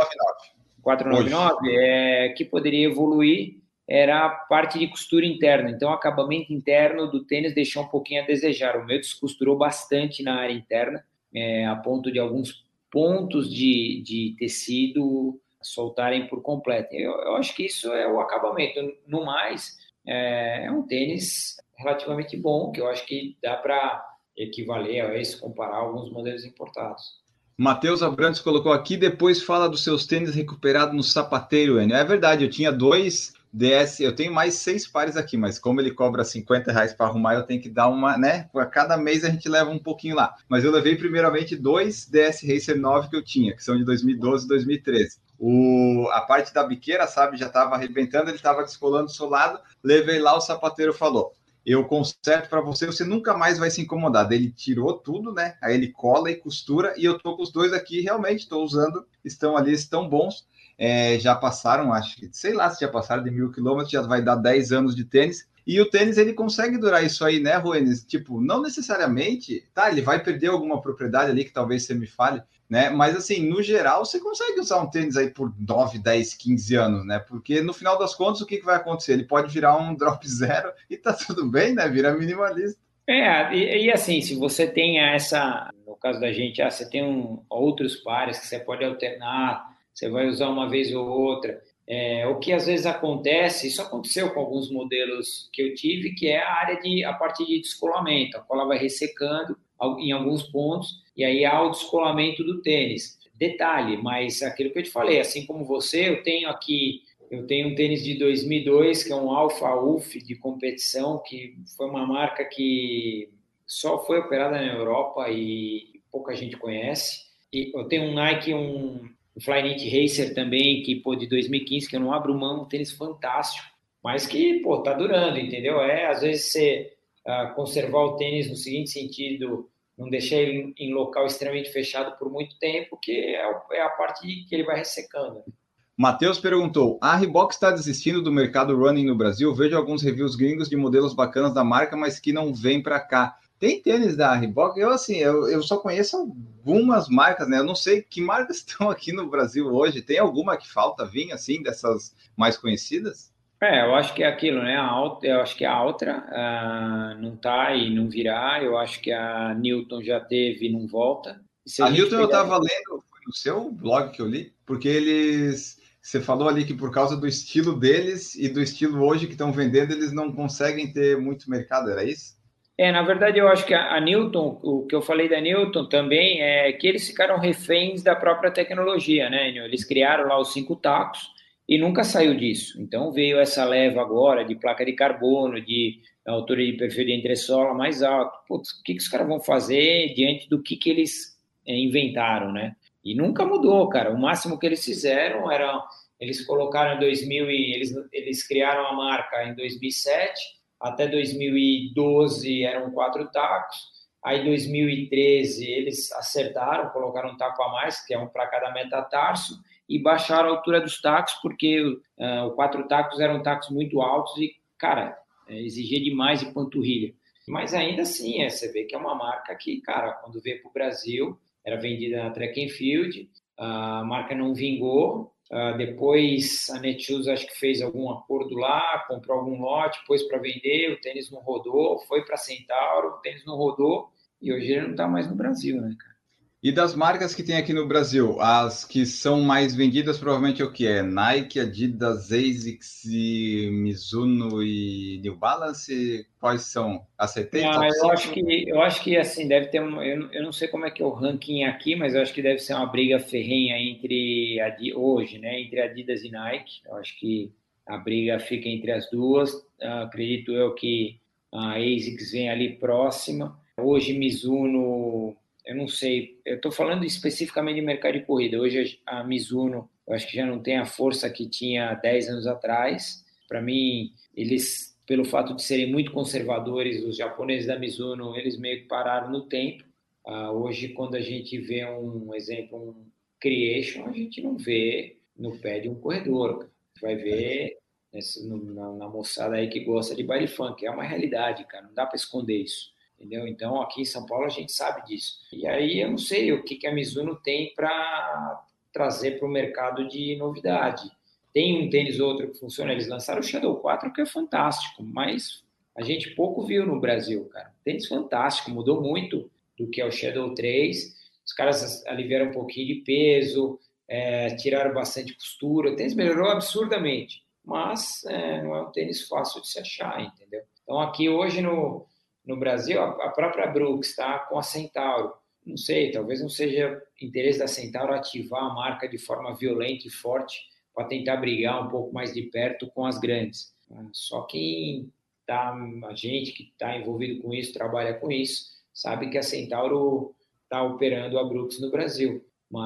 499 que poderia evoluir era a parte de costura interna. Então, o acabamento interno do tênis deixou um pouquinho a desejar. O meu descosturou bastante na área interna, a ponto de alguns pontos de tecido soltarem por completo. Eu acho que isso é o acabamento. No mais, é um tênis relativamente bom, que eu acho que dá para equivaler a esse, comparar alguns modelos importados. Matheus Abrantes colocou aqui, depois fala dos seus tênis recuperados no sapateiro, Enio. É verdade, eu tinha 2 DS, eu tenho mais 6 pares aqui, mas como ele cobra R$50 para arrumar, eu tenho que dar uma, né? A cada mês a gente leva um pouquinho lá. Mas eu levei primeiramente 2 DS Racer 9 que eu tinha, que são de 2012 e 2013. A parte da biqueira, sabe, já estava arrebentando, ele estava descolando solado, levei lá, o sapateiro falou, eu conserto para você, você nunca mais vai se incomodar. Daí ele tirou tudo, né? Aí ele cola e costura, e eu tô com os dois aqui, realmente estou usando, estão ali, estão bons. Já passaram, acho que, sei lá se já passaram de 1.000 quilômetros, já vai dar 10 anos de tênis. E o tênis, ele consegue durar isso aí, né, Ruenes? Tipo, não necessariamente, tá, ele vai perder alguma propriedade ali, que talvez você me fale, né? Mas, assim, no geral, você consegue usar um tênis aí por 9, 10, 15 anos, né? Porque, no final das contas, o que vai acontecer? Ele pode virar um drop zero e tá tudo bem, né? Vira minimalista. E assim, se você tem no caso da gente, você tem outros pares que você pode alternar, você vai usar uma vez ou outra. O que às vezes acontece, isso aconteceu com alguns modelos que eu tive, que é a parte de descolamento. A cola vai ressecando em alguns pontos, e aí há o descolamento do tênis. Detalhe, mas aquilo que eu te falei, assim como você, eu tenho um tênis de 2002, que é um Alpha UF de competição, que foi uma marca que só foi operada na Europa e pouca gente conhece. E eu tenho um Nike, um Flyknit Racer também, que, de 2015, que eu não abro mão, um tênis fantástico, mas que, tá durando, entendeu? Às vezes você conservar o tênis no seguinte sentido, não deixar ele em local extremamente fechado por muito tempo, que é a parte que ele vai ressecando. Matheus perguntou, a Reebok está desistindo do mercado running no Brasil? Vejo alguns reviews gringos de modelos bacanas da marca, mas que não vêm para cá. Tem tênis da Reebok? Eu só conheço algumas marcas, né? Eu não sei que marcas estão aqui no Brasil hoje. Tem alguma que falta vir, assim, dessas mais conhecidas? Eu acho que é aquilo, né? Eu acho que a Altra não tá e não virá. Eu acho que a Newton já teve e não volta. A Newton eu estava lendo, foi no seu blog que eu li, porque você falou ali que por causa do estilo deles e do estilo hoje que estão vendendo, eles não conseguem ter muito mercado, era isso? Na verdade, eu acho que a Newton, o que eu falei da Newton também é que eles ficaram reféns da própria tecnologia, né? Eles criaram lá os 5 tacos e nunca saiu disso. Então veio essa leva agora de placa de carbono, de altura de perfil de entressola mais alto. Putz, o que os caras vão fazer diante do que eles inventaram, né? E nunca mudou, cara. O máximo que eles fizeram era... Eles colocaram em 2000 eles criaram a marca em 2007, até 2012 eram 4 tacos, aí 2013 eles acertaram, colocaram um taco a mais, que é um para cada metatarso, e baixaram a altura dos tacos, porque os 4 tacos eram tacos muito altos e, cara, exigia demais de panturrilha. Mas ainda assim, você vê que é uma marca que, cara, quando veio para o Brasil, era vendida na Track and Field, a marca não vingou, depois a Netshoes acho que fez algum acordo lá, comprou algum lote, pôs para vender, o tênis não rodou, foi para Centauro, o tênis não rodou, e hoje ele não está mais no Brasil, né, cara? E das marcas que tem aqui no Brasil, as que são mais vendidas provavelmente é o que é? Nike, Adidas, ASICS, e Mizuno e New Balance? Quais são? Acertei? Top Eu 5? acho que assim, deve ter eu não sei como é que é o ranking aqui, mas eu acho que deve ser uma briga ferrenha entre hoje, né, entre Adidas e Nike. Eu acho que a briga fica entre as duas. Acredito eu que a ASICS vem ali próxima. Hoje Mizuno, eu não sei, eu estou falando especificamente de mercado de corrida. Hoje a Mizuno, eu acho que já não tem a força que tinha 10 anos atrás. Para mim, eles, pelo fato de serem muito conservadores, os japoneses da Mizuno, eles meio que pararam no tempo. Hoje, quando a gente vê um exemplo, um Creation, a gente não vê no pé de um corredor. Vai ver na moçada aí que gosta de baile funk. É uma realidade, cara. Não dá para esconder isso. Entendeu? Então, aqui em São Paulo, a gente sabe disso. E aí, eu não sei o que a Mizuno tem para trazer para o mercado de novidade. Tem um tênis ou outro que funciona. Eles lançaram o Shadow 4, que é fantástico, mas a gente pouco viu no Brasil, cara. Tênis fantástico, mudou muito do que é o Shadow 3. Os caras aliviaram um pouquinho de peso, tiraram bastante costura. O tênis melhorou absurdamente, mas não é um tênis fácil de se achar, entendeu? Então, aqui hoje no Brasil, a própria Brooks está com a Centauro. Não sei, talvez não seja interesse da Centauro ativar a marca de forma violenta e forte para tentar brigar um pouco mais de perto com as grandes. Só quem a gente que está envolvido com isso, trabalha com isso, sabe que a Centauro está operando a Brooks no Brasil.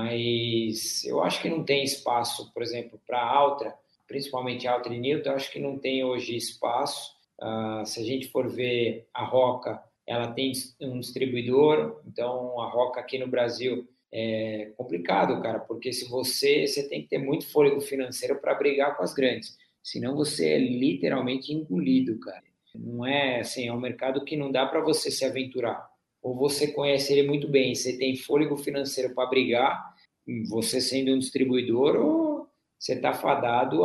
Mas eu acho que não tem espaço, por exemplo, para a Altra, principalmente a Altra e Newton, eu acho que não tem hoje espaço. Se a gente for ver a Roca, ela tem um distribuidor, então a Roca aqui no Brasil é complicado, cara, porque se você tem que ter muito fôlego financeiro para brigar com as grandes, senão você é literalmente engolido, cara. Não é assim, é um mercado que não dá para você se aventurar. Ou você conhece ele muito bem, você tem fôlego financeiro para brigar, você sendo um distribuidor, ou você está fadado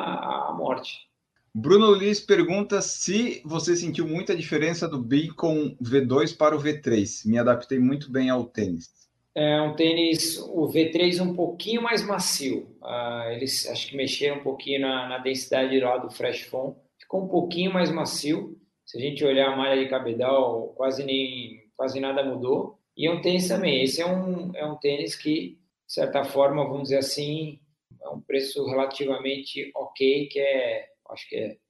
à morte. Bruno Liz pergunta se você sentiu muita diferença do Beacon V2 para o V3. Me adaptei muito bem ao tênis. É um tênis, o V3 um pouquinho mais macio. Eles acho que mexeram um pouquinho na densidade lá do Fresh Foam. Ficou um pouquinho mais macio. Se a gente olhar a malha de cabedal, quase nada mudou. E é um tênis também. Esse é um tênis que, de certa forma, vamos dizer assim, é um preço relativamente ok, acho que é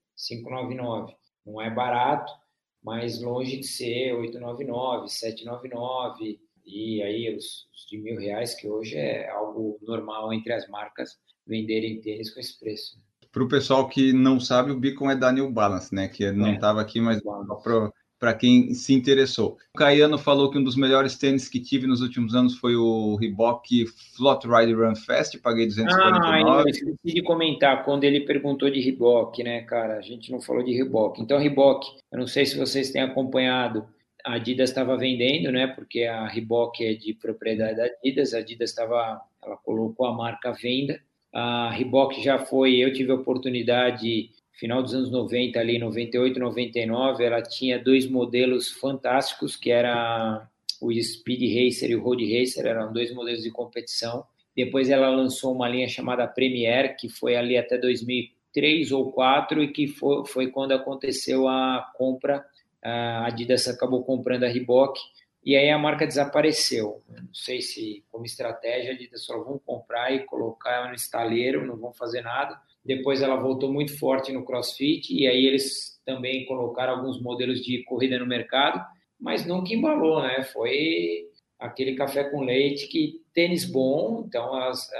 599. Não é barato, mas longe de ser 899, 799. E aí os de R$ 1.000, que hoje é algo normal entre as marcas venderem tênis com esse preço. Para o pessoal que não sabe, o Beacon é da New Balance, né? Que não estava aqui, mas para quem se interessou. O Caiano falou que um dos melhores tênis que tive nos últimos anos foi o Reebok Float Ride Run Fast, paguei 249. Eu esqueci de comentar quando ele perguntou de Reebok, né, cara? A gente não falou de Reebok. Então, Reebok, eu não sei se vocês têm acompanhado, a Adidas estava vendendo, né? Porque a Reebok é de propriedade da Adidas. A Adidas ela colocou a marca à venda. A Reebok já foi, eu tive a oportunidade, final dos anos 90, ali 98, 99, ela tinha dois modelos fantásticos, que era o Speed Racer e o Road Racer, eram dois modelos de competição. Depois ela lançou uma linha chamada Premier, que foi ali até 2003 ou 2004, e que foi quando aconteceu a compra. A Adidas acabou comprando a Reebok e aí a marca desapareceu. Não sei se como estratégia a Adidas só vão comprar e colocar no estaleiro, não vão fazer nada. Depois ela voltou muito forte no CrossFit e aí eles também colocaram alguns modelos de corrida no mercado, mas nunca embalou, né? Foi aquele café com leite, que tênis bom, então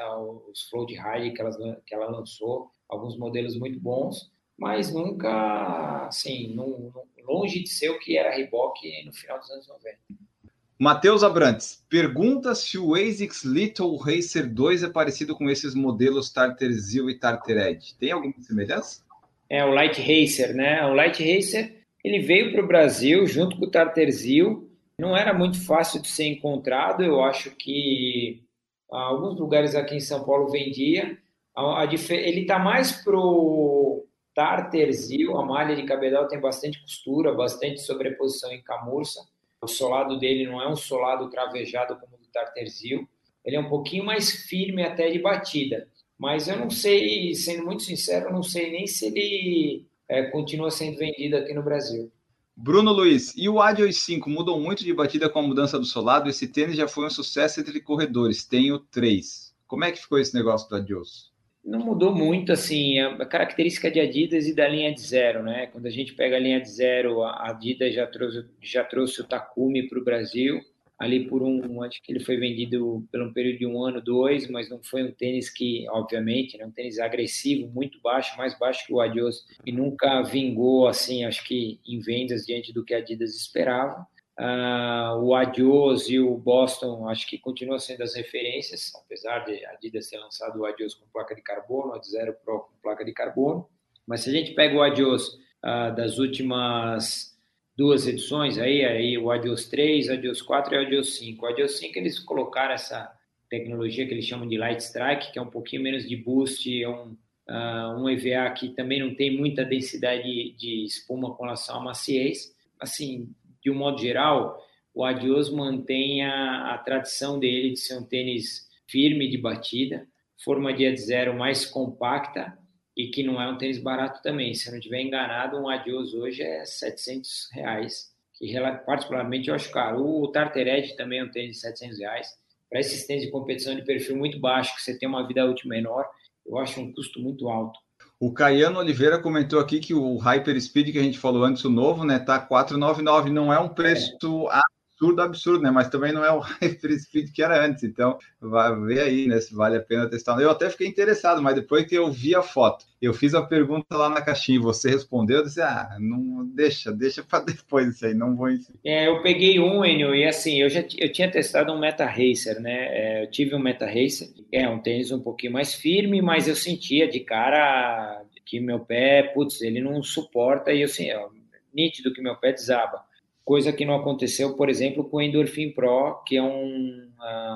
os Float Ride que ela lançou, alguns modelos muito bons, mas nunca, assim, longe de ser o que era Reebok no final dos anos 90. Matheus Abrantes pergunta se o ASICS Little Racer 2 é parecido com esses modelos Tartar Zero e Tartar Edge. Tem alguma semelhança? O Light Racer, né? O Light Racer Ele veio para o Brasil junto com o Tarterzil, não era muito fácil de ser encontrado, eu acho que alguns lugares aqui em São Paulo vendia. Ele está mais pro Tarterzil, a malha de cabedal tem bastante costura, bastante sobreposição em camurça. O solado dele não é um solado cravejado como o do Tarterzil, ele é um pouquinho mais firme até de batida. Mas eu não sei, sendo muito sincero, eu não sei nem se ele continua sendo vendido aqui no Brasil. Bruno Luiz, e o Adios 5 mudou muito de batida com a mudança do solado? Esse tênis já foi um sucesso entre corredores, tenho 3. Como é que ficou esse negócio do Adios? Não mudou muito, assim, a característica de Adidas e da linha de zero, né? Quando a gente pega a linha de zero, a Adidas já trouxe o Takumi para o Brasil, ali acho que ele foi vendido por um período de 1 ano, 2, mas não foi um tênis que, obviamente, né, um tênis agressivo, muito baixo, mais baixo que o Adios, e nunca vingou, assim, acho que em vendas diante do que a Adidas esperava. O Adios e o Boston acho que continuam sendo as referências, apesar de a Adidas ter lançado o Adios com placa de carbono, o Ad Zero Pro com placa de carbono. Mas se a gente pega o Adios das últimas 2 edições, aí o Adios 3, o Adios 4 e o Adios 5. O Adios 5 eles colocaram essa tecnologia que eles chamam de Light Strike, que é um pouquinho menos de boost, é um EVA que também não tem muita densidade de espuma com relação à maciez. Assim, de um modo geral, o Adios mantém a tradição dele de ser um tênis firme de batida, forma de Ad Zero mais compacta e que não é um tênis barato também. Se eu não estiver enganado, um Adios hoje é R$ 700, que particularmente eu acho caro. O Tarter Edge também é um tênis de R$ 700. Para esses tênis de competição de perfil muito baixo, que você tem uma vida útil menor, eu acho um custo muito alto. O Caiano Oliveira comentou aqui que o Hyper Speed que a gente falou antes, o novo, né, tá 499, não é um preço absurdo, né, mas também não é o Hyper Speed que era antes, então vai ver aí, né, se vale a pena testar. Eu até fiquei interessado, mas depois que eu vi a foto, eu fiz a pergunta lá na caixinha e você respondeu, eu disse, não, deixa para depois isso aí, não vou ensinar. Eu peguei Enio, e assim, eu tinha testado um Meta Racer, né? Eu tive um Meta Racer, um tênis um pouquinho mais firme, mas eu sentia de cara que meu pé, putz, ele não suporta, e assim, nítido que meu pé desaba. Coisa que não aconteceu, por exemplo, com o Endorphin Pro, que é um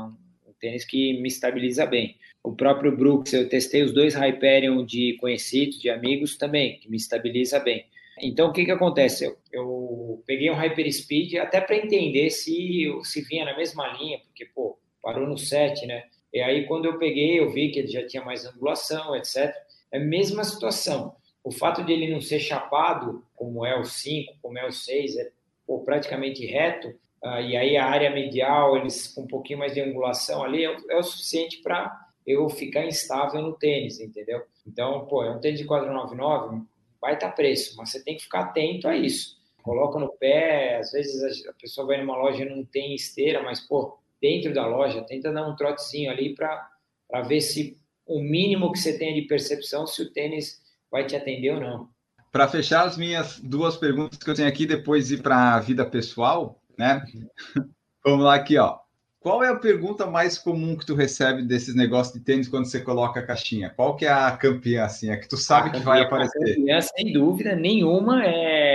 tênis que me estabiliza bem. O próprio Brooks, eu testei os 2 Hyperion de conhecidos, de amigos também, que me estabiliza bem. Então, o que acontece? Eu peguei um Hyperspeed até para entender se vinha na mesma linha, porque, parou no 7, né? E aí, quando eu peguei, eu vi que ele já tinha mais angulação, etc. É a mesma situação. O fato de ele não ser chapado, como é o 5, como é o 6, praticamente reto, e aí a área medial, eles com um pouquinho mais de angulação ali, é o suficiente para eu ficar instável no tênis, entendeu? Então, é um tênis de 499, baita preço, mas você tem que ficar atento a isso. Coloca no pé, às vezes a pessoa vai numa loja e não tem esteira, mas, dentro da loja, tenta dar um trotezinho ali para ver se o mínimo que você tenha de percepção, se o tênis vai te atender ou não. Para fechar as minhas 2 perguntas que eu tenho aqui, depois ir para a vida pessoal, né? Vamos lá aqui, ó. Qual é a pergunta mais comum que tu recebe desses negócios de tênis quando você coloca a caixinha? Qual que é a campeã, assim, a que tu sabe que vai aparecer? A campeã, sem dúvida nenhuma,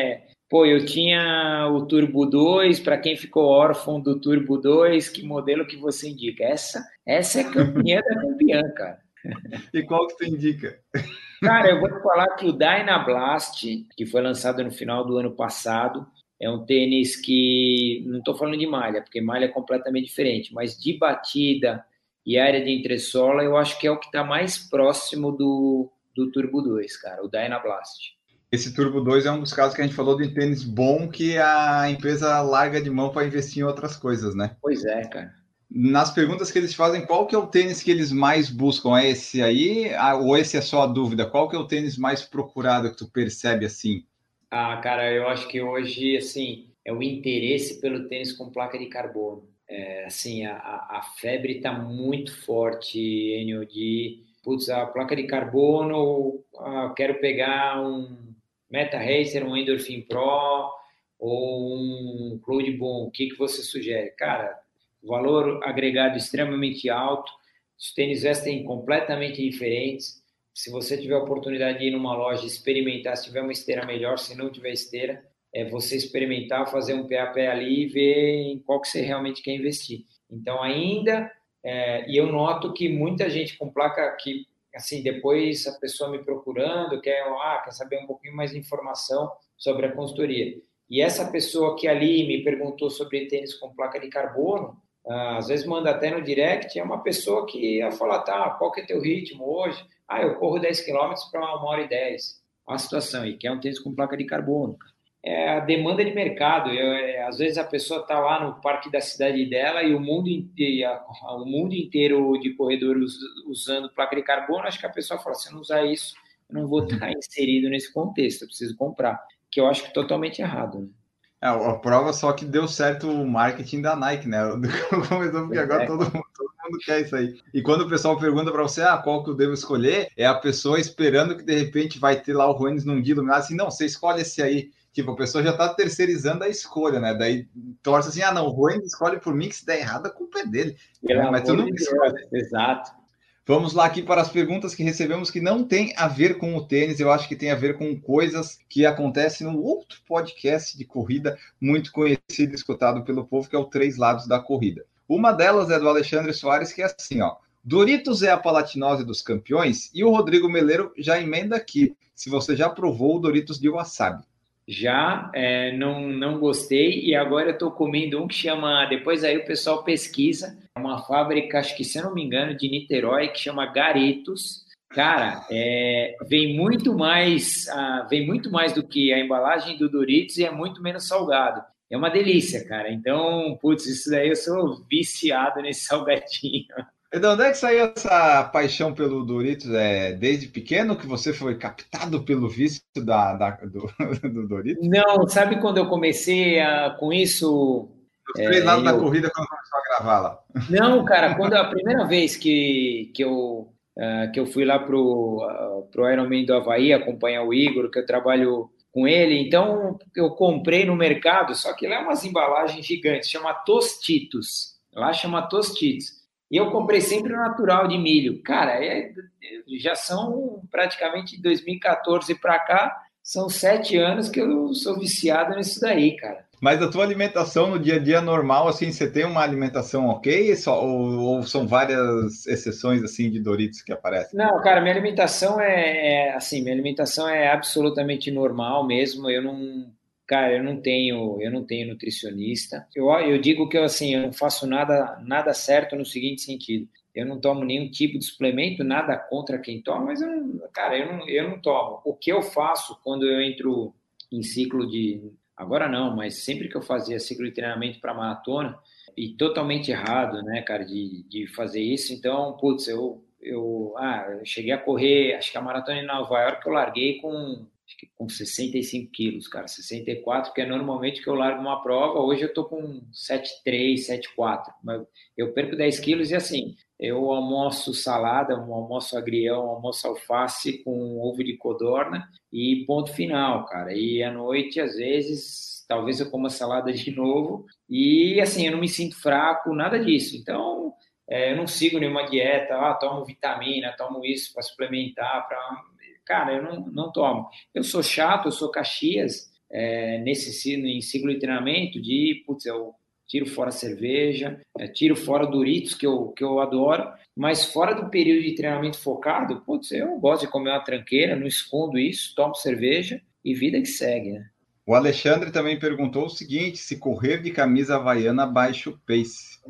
eu tinha o Turbo 2, para quem ficou órfão do Turbo 2, que modelo que você indica? Essa é a campeã da campeã, cara. E qual que tu indica? Cara, eu vou te falar que o Dynablast, que foi lançado no final do ano passado, é um tênis que, não estou falando de malha, porque malha é completamente diferente, mas de batida e área de entressola, eu acho que é o que está mais próximo do Turbo 2, cara, o Dynablast. Esse Turbo 2 é um dos casos que a gente falou de tênis bom que a empresa larga de mão para investir em outras coisas, né? Pois é, cara. Nas perguntas que eles fazem, qual que é o tênis que eles mais buscam? É esse aí? Ou esse é só a dúvida? Qual que é o tênis mais procurado que tu percebe assim? Cara, eu acho que hoje, assim, é o interesse pelo tênis com placa de carbono. Assim, a febre está muito forte, Enio, putz, a placa de carbono, quero pegar um Meta Racer, um Endorphin Pro ou um Cloud Bond. O que você sugere? Cara, valor agregado extremamente alto, os tênis vestem completamente diferentes. Se você tiver a oportunidade de ir numa loja experimentar, se tiver uma esteira melhor, se não tiver esteira, é você experimentar, fazer um pé a pé ali e ver em qual que você realmente quer investir. Então, ainda, e eu noto que muita gente com placa que, assim, depois a pessoa me procurando, quer saber um pouquinho mais de informação sobre a consultoria. E essa pessoa que ali me perguntou sobre tênis com placa de carbono, às vezes manda até no direct, é uma pessoa que ia falar, tá, qual que é teu ritmo hoje? Eu corro 10 quilômetros para 1h10. Olha a situação aí, que é um tênis com placa de carbono. É a demanda de mercado. Às vezes a pessoa está lá no parque da cidade dela e o mundo inteiro de corredores usando placa de carbono, acho que a pessoa fala, se eu não usar isso, eu não vou estar inserido nesse contexto, eu preciso comprar. Que eu acho que é totalmente errado, né? A prova só que deu certo o marketing da Nike, né? Começou porque agora todo mundo quer isso aí. E quando o pessoal pergunta para você, qual que eu devo escolher, é a pessoa esperando que de repente vai ter lá o Ruenis num dia iluminado, assim, não, você escolhe esse aí. Tipo, a pessoa já tá terceirizando a escolha, né? Daí torce assim, não, o Ruenis escolhe por mim, que se der errado, a culpa é dele. Mas tu nunca escolhe. Exato. Vamos lá aqui para as perguntas que recebemos que não tem a ver com o tênis, eu acho que tem a ver com coisas que acontecem num outro podcast de corrida muito conhecido e escutado pelo povo, que é o Três Lados da Corrida. Uma delas é do Alexandre Soares, que é assim, Doritos é a palatinose dos campeões? E o Rodrigo Meleiro já emenda aqui, se você já provou o Doritos de wasabi. Já, não gostei, e agora eu estou comendo um que chama, depois aí o pessoal pesquisa, é uma fábrica, acho que se eu não me engano, de Niterói, que chama Garetos. Cara, vem muito mais do que a embalagem do Doritos e é muito menos salgado. É uma delícia, cara. Então, putz, isso daí eu sou viciado nesse salgadinho. E de onde é que saiu essa paixão pelo Doritos? É desde pequeno que você foi captado pelo vício do Doritos? Não, sabe quando eu comecei com isso? Os três lados da corrida, quando começou a gravar lá. Não, cara, quando a primeira vez que eu fui lá pro Ironman do Havaí acompanhar o Igor, que eu trabalho com ele, então eu comprei no mercado, só que lá é umas embalagens gigantes, chama Tostitos. Lá chama Tostitos. E eu comprei sempre o natural de milho. Cara, já são praticamente de 2014 para cá, são 7 anos que eu sou viciado nisso daí, cara. Mas a tua alimentação no dia a dia normal, assim, você tem uma alimentação ok? Ou são várias exceções, assim, de Doritos que aparecem? Não, cara, minha alimentação minha alimentação é absolutamente normal mesmo. Cara, eu não tenho nutricionista. Eu digo que eu não faço nada certo no seguinte sentido. Eu não tomo nenhum tipo de suplemento, nada contra quem toma, mas eu não tomo. O que eu faço quando eu entro em ciclo agora não, mas sempre que eu fazia ciclo de treinamento para maratona, e totalmente errado, né, cara, de fazer isso. Então, putz, eu cheguei a correr, acho que a maratona em Nova York eu larguei com 65 quilos, cara, 64, que é normalmente que eu largo uma prova. Hoje eu tô com 73, 74, mas eu perco 10 quilos e assim, eu almoço salada, almoço agrião, almoço alface com ovo de codorna e ponto final, cara. E à noite, às vezes, talvez eu coma salada de novo e assim, eu não me sinto fraco, nada disso. Então, eu não sigo nenhuma dieta, tomo vitamina, tomo isso para suplementar, cara, eu não tomo. Eu sou chato, eu sou Caxias, em ciclo de treinamento, eu tiro fora a cerveja, tiro fora o Doritos, que eu adoro, mas fora do período de treinamento focado, eu gosto de comer uma tranqueira, não escondo isso, tomo cerveja e vida que segue, né? O Alexandre também perguntou o seguinte, se correr de camisa havaiana baixa o pace.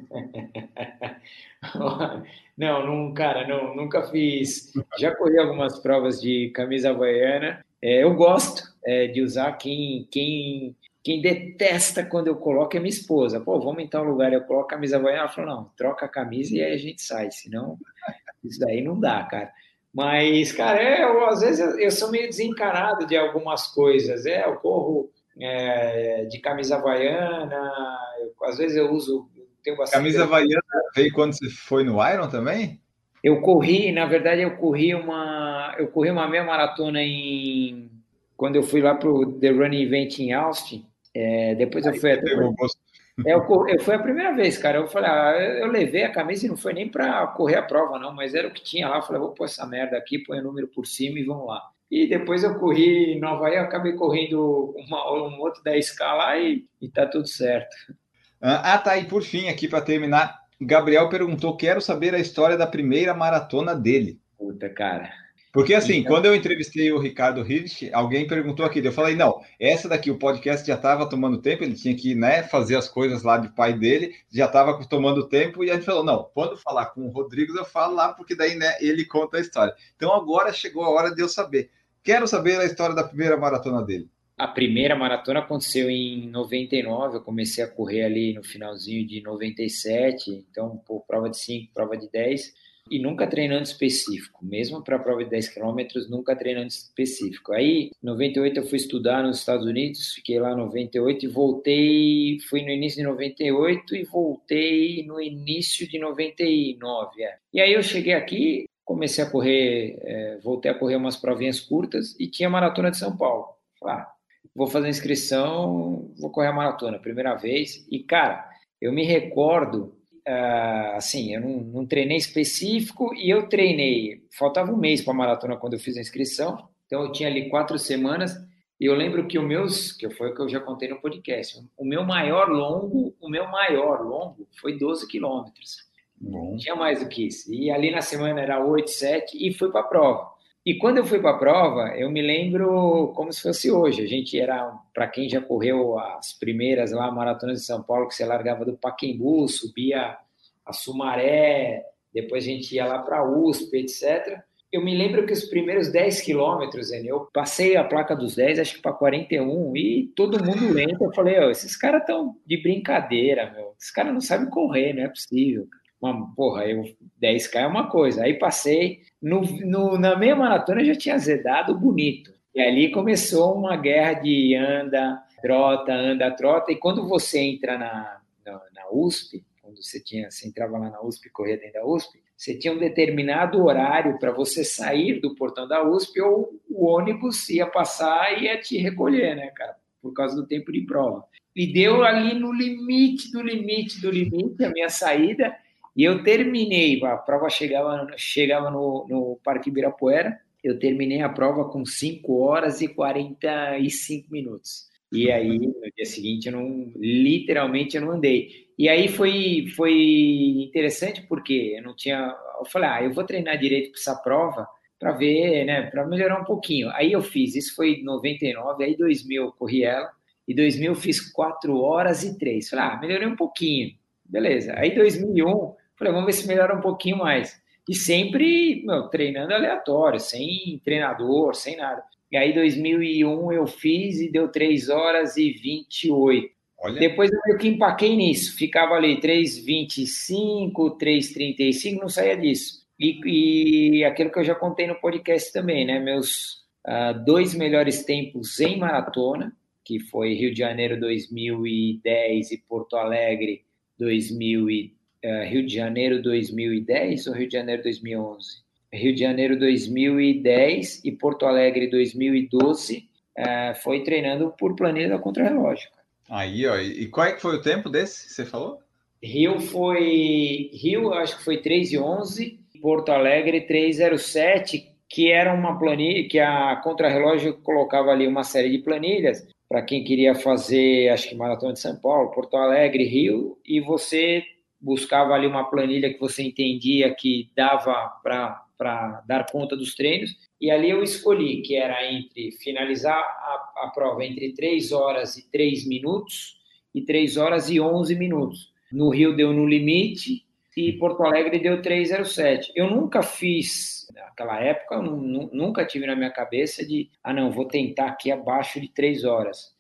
Não, cara, não, nunca fiz. Já corri algumas provas de camisa havaiana. Eu gosto de usar. Quem detesta quando eu coloco é minha esposa. Pô, vamos em tal lugar, eu coloco a camisa havaiana. Ela falou, não, troca a camisa e aí a gente sai, senão isso daí não dá, cara. Mas, cara, às vezes eu sou meio desencanado de algumas coisas. Eu corro de camisa havaiana, às vezes eu uso. Camisa havaiana veio quando você foi no Iron também? Eu corri, na verdade, eu corri uma meia maratona quando eu fui lá para o The Running Event em Austin. Depois eu fui até. Foi a primeira vez, cara. Eu falei, eu levei a camisa e não foi nem para correr a prova, não, mas era o que tinha lá. Eu falei, vou pôr essa merda aqui, põe o número por cima e vamos lá. E depois eu corri em Nova York, acabei correndo um outro 10K lá e tá tudo certo. Tá. E por fim, aqui para terminar, Gabriel perguntou: quero saber a história da primeira maratona dele. Puta, cara. Porque assim, Então, quando eu entrevistei o Ricardo Hirsch, alguém perguntou aqui, eu falei, não, essa daqui, o podcast já estava tomando tempo, ele tinha que, né, fazer as coisas lá de pai dele, já estava tomando tempo, e a gente falou, não, quando falar com o Rodrigues, eu falo lá, porque daí, né, ele conta a história. Então agora chegou a hora de eu saber. Quero saber a história da primeira maratona dele. a primeira maratona aconteceu em 99, eu comecei a correr ali no finalzinho de 97, então, pô, prova de 5, prova de 10, e nunca treinando específico, mesmo para a prova de 10 quilômetros, nunca treinando específico. Aí, em 98 eu fui estudar nos Estados Unidos, fiquei lá em 98 e voltei, fui no início de 98 e voltei no início de 99, é. E aí eu cheguei aqui, comecei a correr, voltei a correr umas provinhas curtas e tinha a Maratona de São Paulo. Falei, vou fazer inscrição, vou correr a maratona, primeira vez. E, cara, eu me recordo, assim, eu não treinei específico e eu treinei, faltava um mês para a maratona quando eu fiz a inscrição, então eu tinha ali 4 semanas e eu lembro que que foi o que eu já contei no podcast, o meu maior longo foi 12 quilômetros. Não Bom. tinha mais do que isso. E ali na semana era 8, 7 e fui para a prova. E quando eu fui para a prova, eu me lembro como se fosse hoje. A gente era, para quem já correu as primeiras lá, maratonas de São Paulo, que você largava do Pacaembu, subia a Sumaré, depois a gente ia lá para a USP, etc. Eu me lembro que os primeiros 10 quilômetros, eu passei a placa dos 10, acho que para 41, e todo mundo lento. Eu falei, esses caras estão de brincadeira, meu. Esses caras não sabem correr, não é possível. Porra, 10K é uma coisa. Aí passei, na meia maratona eu já tinha zedado bonito. E ali começou uma guerra de anda, trota. E quando você entra na USP, quando você entrava lá na USP, corria dentro da USP, você tinha um determinado horário para você sair do portão da USP ou o ônibus ia passar e ia te recolher, né, cara? Por causa do tempo de prova. E deu ali no limite do limite do limite a minha saída. E eu terminei, a prova chegava no Parque Ibirapuera, eu terminei a prova com 5 horas e 45 minutos. E aí, no dia seguinte, literalmente eu não andei. E aí foi interessante porque eu falei, eu vou treinar direito para essa prova para ver, né, para melhorar um pouquinho. Aí eu fiz, isso foi em 99, aí 2000 eu corri ela, e 2000 eu fiz 4 horas e 3. Falei, melhorei um pouquinho. Beleza. Aí 2001 falei, vamos ver se melhora um pouquinho mais. E sempre, treinando aleatório, sem treinador, sem nada. E aí, 2001 eu fiz e deu 3 horas e 28. Olha. Depois eu meio que empaquei nisso. Ficava ali 3:25, 3:35, não saía disso. E aquilo que eu já contei no podcast também, né? Meus 2 melhores tempos em maratona, que foi Rio de Janeiro 2010 e Porto Alegre 2010. Rio de Janeiro 2010 ou Rio de Janeiro 2011? Rio de Janeiro 2010 e Porto Alegre 2012 foi treinando por planilha da contrarrelógio. Aí, ó, e qual é que foi o tempo desse que você falou? Rio, acho que foi 3:11, Porto Alegre 3:07, que era uma planilha, que a contrarrelógio colocava ali uma série de planilhas para quem queria fazer, acho que Maratona de São Paulo, Porto Alegre, Rio, e você buscava ali uma planilha que você entendia que dava para dar conta dos treinos, e ali eu escolhi que era entre finalizar a prova entre 3 horas e 3 minutos e 3 horas e 11 minutos. No Rio deu no limite e Porto Alegre deu 3:07. Eu nunca fiz, naquela época, eu nunca tive na minha cabeça de, não, vou tentar aqui abaixo de 3 horas.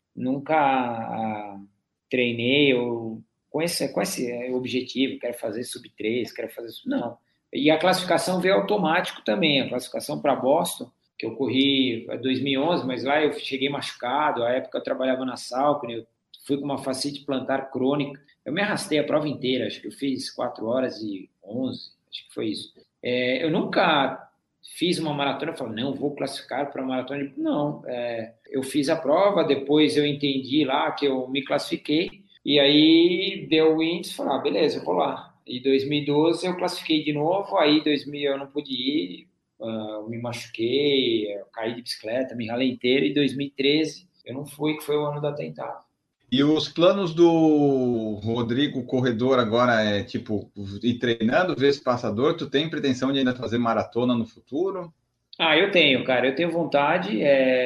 Nunca treinei com esse objetivo, quero fazer sub 3, quero fazer sub... Não. E a classificação veio automático também, a classificação para Boston, que eu corri em 2011, mas lá eu cheguei machucado, à época eu trabalhava na Salcone, eu fui com uma fascite plantar crônica, eu me arrastei a prova inteira, acho que eu fiz 4 horas e 11, acho que foi isso. Eu nunca fiz uma maratona e falei, não, vou classificar para a maratona. Não, eu fiz a prova, depois eu entendi lá que eu me classifiquei, e aí deu o índice, falei, beleza, eu vou lá. Em 2012 eu classifiquei de novo, aí em 2000 eu não pude ir, me machuquei, caí de bicicleta, me ralei inteiro, e 2013 eu não fui, que foi o ano do atentado. E os planos do Rodrigo Corredor agora é tipo ir treinando, ver esse passador. Tu tem pretensão de ainda fazer maratona no futuro? Eu tenho, cara, eu tenho vontade.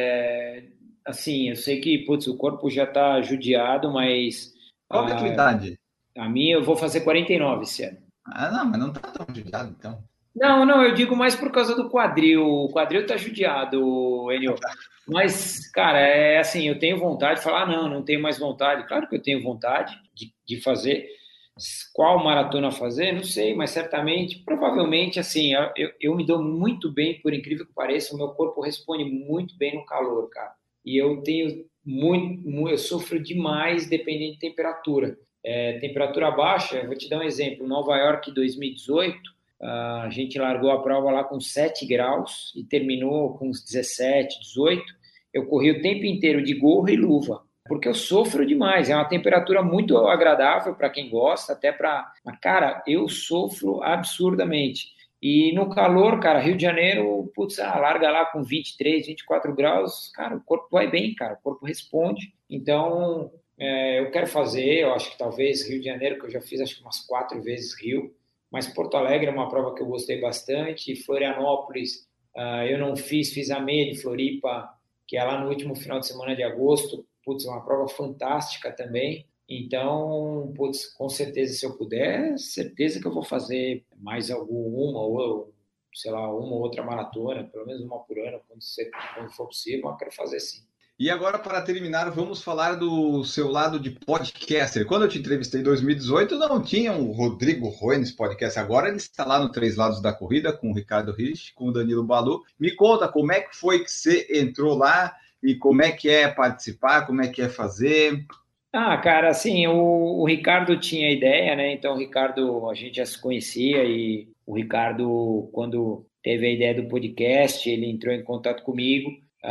Assim, eu sei que, putz, o corpo já tá judiado, mas Qual que é a tua a, idade? a minha eu vou fazer 49 esse ano. Ah, não, mas não tá tão judiado, então. Não, não, eu digo mais por causa do quadril. O quadril tá judiado, Enio. Mas, cara, é assim, eu tenho vontade de falar, não, não tenho mais vontade. Claro que eu tenho vontade de fazer. Qual maratona fazer? Não sei, mas certamente, provavelmente, assim, eu me dou muito bem, por incrível que pareça, o meu corpo responde muito bem no calor, cara. E eu tenho eu sofro demais dependendo de temperatura. Temperatura baixa, eu vou te dar um exemplo. Nova York 2018, a gente largou a prova lá com 7 graus e terminou com uns 17, 18. Eu corri o tempo inteiro de gorro e luva, porque eu sofro demais. É uma temperatura muito agradável para quem gosta, até para. Mas, cara, eu sofro absurdamente. E no calor, cara, Rio de Janeiro, putz, larga lá com 23, 24 graus, cara, o corpo vai bem, cara, o corpo responde. Então, eu quero fazer, eu acho que talvez Rio de Janeiro, que eu já fiz acho que umas 4 vezes Rio, mas Porto Alegre é uma prova que eu gostei bastante. Florianópolis, eu não fiz a meia de Floripa, que é lá no último final de semana de agosto. Putz, é uma prova fantástica também. Então, putz, com certeza, se eu puder, certeza que eu vou fazer mais alguma, ou sei lá, uma ou outra maratona, pelo menos uma por ano, quando for possível, eu quero fazer sim. E agora, para terminar, vamos falar do seu lado de podcaster. Quando eu te entrevistei em 2018, não tinha o Rodrigo Roenes podcast. Agora ele está lá no Três Lados da Corrida, com o Ricardo Rich, com o Danilo Balu. Me conta como é que foi que você entrou lá e como é que é participar, como é que é fazer. Cara, assim, o Ricardo tinha ideia, né? Então, o Ricardo, a gente já se conhecia e o Ricardo, quando teve a ideia do podcast, ele entrou em contato comigo,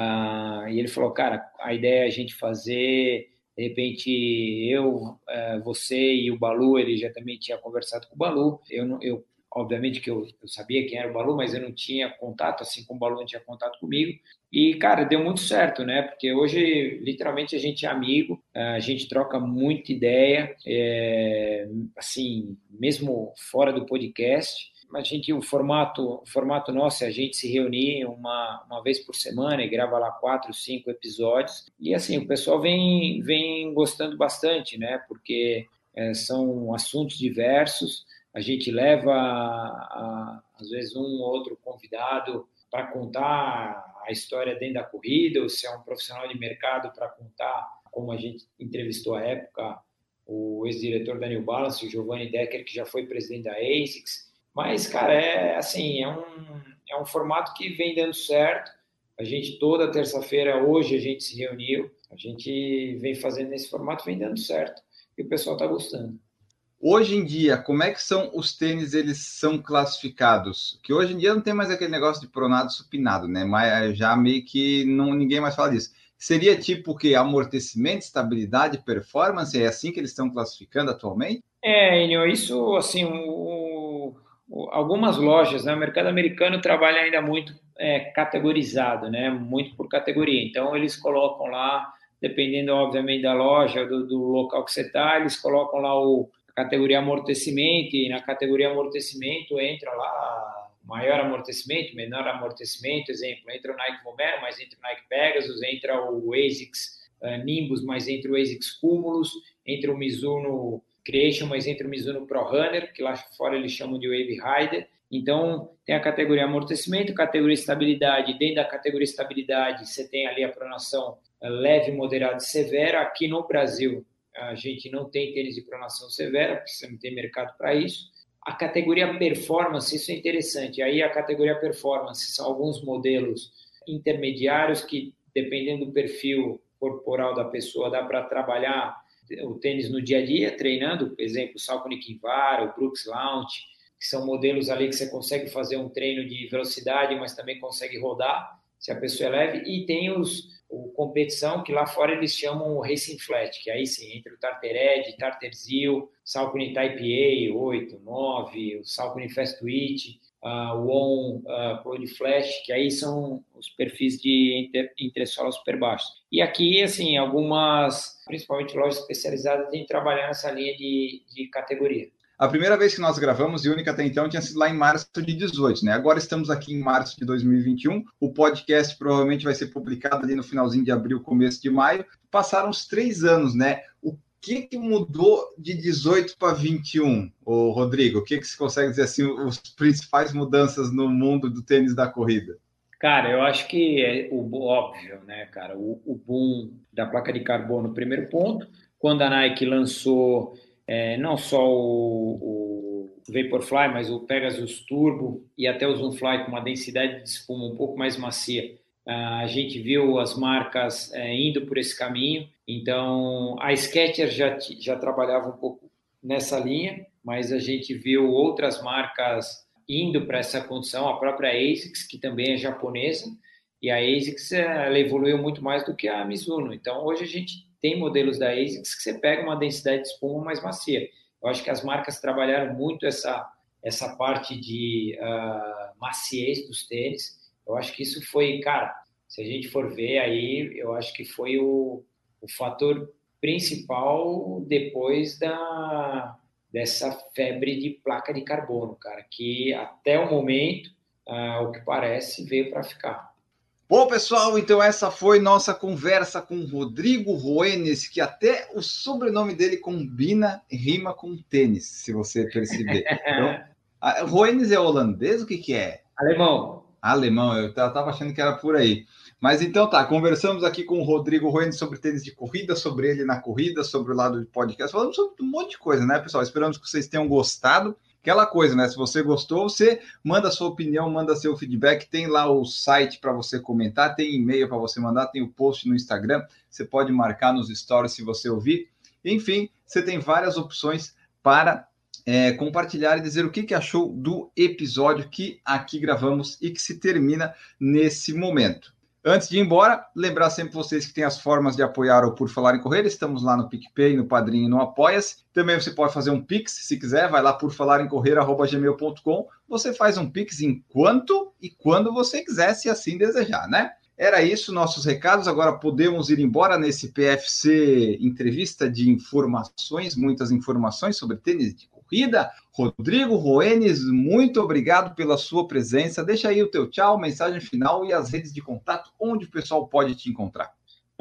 e ele falou, cara, a ideia é a gente fazer, de repente, você e o Balu, ele já também tinha conversado com o Balu, obviamente que eu sabia quem era o Balu, mas eu não tinha contato, assim como o Balu não tinha contato comigo, e, cara, deu muito certo, né? Porque hoje, literalmente, a gente é amigo, a gente troca muita ideia, assim, mesmo fora do podcast. O formato nosso é a gente se reunir uma vez por semana e grava lá 4, 5 episódios. E, assim, o pessoal vem gostando bastante, né? Porque são assuntos diversos. A gente leva, às vezes, um ou outro convidado para contar a história dentro da corrida, ou se é um profissional de mercado para contar, como a gente entrevistou à época o ex-diretor da New Balance, o Giovanni Decker, que já foi presidente da ASICS. Mas, cara, é um formato que vem dando certo. A gente, toda terça-feira, hoje, a gente se reuniu, a gente vem fazendo nesse formato, vem dando certo. E o pessoal está gostando. Hoje em dia, como é que são os tênis, eles são classificados? Que hoje em dia não tem mais aquele negócio de pronado supinado, né? Mas já meio que ninguém mais fala disso. Seria tipo o quê? Amortecimento, estabilidade, performance? É assim que eles estão classificando atualmente? Enio, isso, assim, algumas lojas, né? O mercado americano trabalha ainda muito categorizado, né? Muito por categoria. Então, eles colocam lá, dependendo, obviamente, da loja, do local que você está, eles colocam lá a categoria amortecimento, e na categoria amortecimento entra lá maior amortecimento, menor amortecimento, exemplo, entra o Nike Vomero, mas entra o Nike Pegasus, entra o ASICS Nimbus, mas entra o ASICS Cumulus, entra o Mizuno Creation, mas entra o Mizuno Pro Runner, que lá fora eles chamam de Wave Rider. Então, tem a categoria amortecimento, categoria estabilidade. Dentro da categoria estabilidade, você tem ali a pronação leve, moderada e severa. Aqui no Brasil, a gente não tem tênis de pronação severa, porque você não tem mercado para isso. A categoria performance, isso é interessante. Aí a categoria performance são alguns modelos intermediários que, dependendo do perfil corporal da pessoa, dá para trabalhar o tênis no dia a dia, treinando, por exemplo, o Saucony Kinvara, o Brooks Launch, que são modelos ali que você consegue fazer um treino de velocidade, mas também consegue rodar, se a pessoa é leve. E tem o competição, que lá fora eles chamam o Racing Flat, que aí sim, entre o Tarter Edge, Tarter Zero, Saucony Type A, 8, 9, o Saucony Fast Twitch. o ON, Clone Flash, que aí são os perfis de entressola super baixos. E aqui, assim, algumas, principalmente lojas especializadas, têm que trabalhar nessa linha de categoria. A primeira vez que nós gravamos, e única até então, tinha sido lá em março de 18, né? Agora estamos aqui em março de 2021. O podcast provavelmente vai ser publicado ali no finalzinho de abril, começo de maio. Passaram uns 3 anos, né? O que mudou de 18 para 21, ô Rodrigo? O que você consegue dizer assim, as principais mudanças no mundo do tênis da corrida? Cara, eu acho que é o óbvio, né, cara? O boom da placa de carbono, primeiro ponto. Quando a Nike lançou não só o Vaporfly, mas o Pegasus Turbo e até o Zoomfly com uma densidade de espuma um pouco mais macia, a gente viu as marcas indo por esse caminho. Então, a Skechers já trabalhava um pouco nessa linha, mas a gente viu outras marcas indo para essa condição, a própria ASICS, que também é japonesa, e a ASICS ela evoluiu muito mais do que a Mizuno. Então, hoje a gente tem modelos da ASICS que você pega uma densidade de espuma mais macia. Eu acho que as marcas trabalharam muito essa parte de maciez dos tênis. Eu acho que isso foi, cara, se a gente for ver aí, eu acho que foi o fator principal depois dessa febre de placa de carbono, cara, que até o momento, o que parece, veio para ficar. Bom, pessoal, então essa foi nossa conversa com o Rodrigo Roenis, que até o sobrenome dele combina, rima com tênis, se você perceber. Então, Roenis é holandês? O que é? Alemão. Alemão, eu estava achando que era por aí. Mas então tá, conversamos aqui com o Rodrigo Roenis sobre tênis de corrida, sobre ele na corrida, sobre o lado de podcast, falamos sobre um monte de coisa, né, pessoal? Esperamos que vocês tenham gostado. Aquela coisa, né? Se você gostou, você manda a sua opinião, manda seu feedback, tem lá o site para você comentar, tem e-mail para você mandar, tem o post no Instagram, você pode marcar nos stories se você ouvir. Enfim, você tem várias opções para compartilhar e dizer o que achou do episódio que aqui gravamos e que se termina nesse momento. Antes de ir embora, lembrar sempre vocês que tem as formas de apoiar o Por Falar em Correr. Estamos lá no PicPay, no Padrinho e no Apoia-se. Também você pode fazer um Pix, se quiser. Vai lá porfalarencorrer@gmail.com. Você faz um Pix enquanto e quando você quiser, se assim desejar, né? Era isso, nossos recados. Agora podemos ir embora nesse PFC entrevista de informações, muitas informações sobre tênis de corrida. Rodrigo Roenis, muito obrigado pela sua presença. Deixa aí o teu tchau, mensagem final e as redes de contato, onde o pessoal pode te encontrar.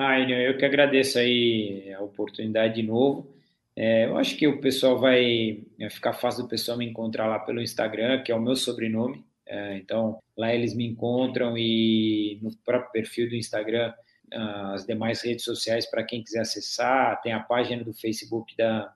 Eu que agradeço aí a oportunidade de novo. Eu acho que o pessoal vai ficar fácil do pessoal me encontrar lá pelo Instagram, que é o meu sobrenome. Então, lá eles me encontram e no próprio perfil do Instagram, as demais redes sociais para quem quiser acessar, tem a página do Facebook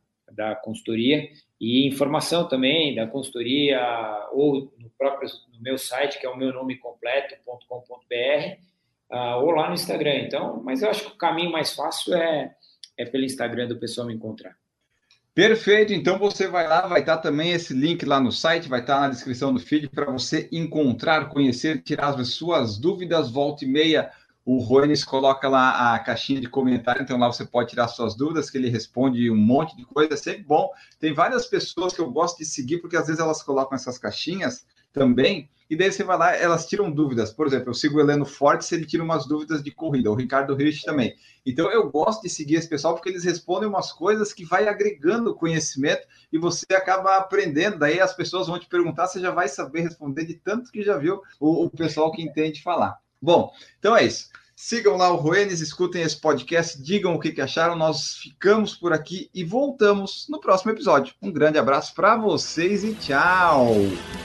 da consultoria e informação também da consultoria ou no meu site, que é o meu nome completo.com.br, ou lá no Instagram. Então, mas eu acho que o caminho mais fácil é pelo Instagram do pessoal me encontrar. Perfeito, então você vai lá, vai estar também esse link lá no site, vai estar na descrição do feed para você encontrar, conhecer, tirar as suas dúvidas. Volta e meia, o Roenis coloca lá a caixinha de comentário, então lá você pode tirar suas dúvidas, que ele responde um monte de coisa, é sempre bom. Tem várias pessoas que eu gosto de seguir, porque às vezes elas colocam essas caixinhas também, e daí você vai lá, elas tiram dúvidas. Por exemplo, eu sigo o Heleno Fortes, ele tira umas dúvidas de corrida, o Ricardo Rich também. Então eu gosto de seguir esse pessoal, porque eles respondem umas coisas que vai agregando conhecimento e você acaba aprendendo. Daí as pessoas vão te perguntar, você já vai saber responder de tanto que já viu o pessoal que entende falar. Bom, então é isso. Sigam lá o Roenis, escutem esse podcast, digam o que acharam. Nós ficamos por aqui e voltamos no próximo episódio. Um grande abraço para vocês e tchau!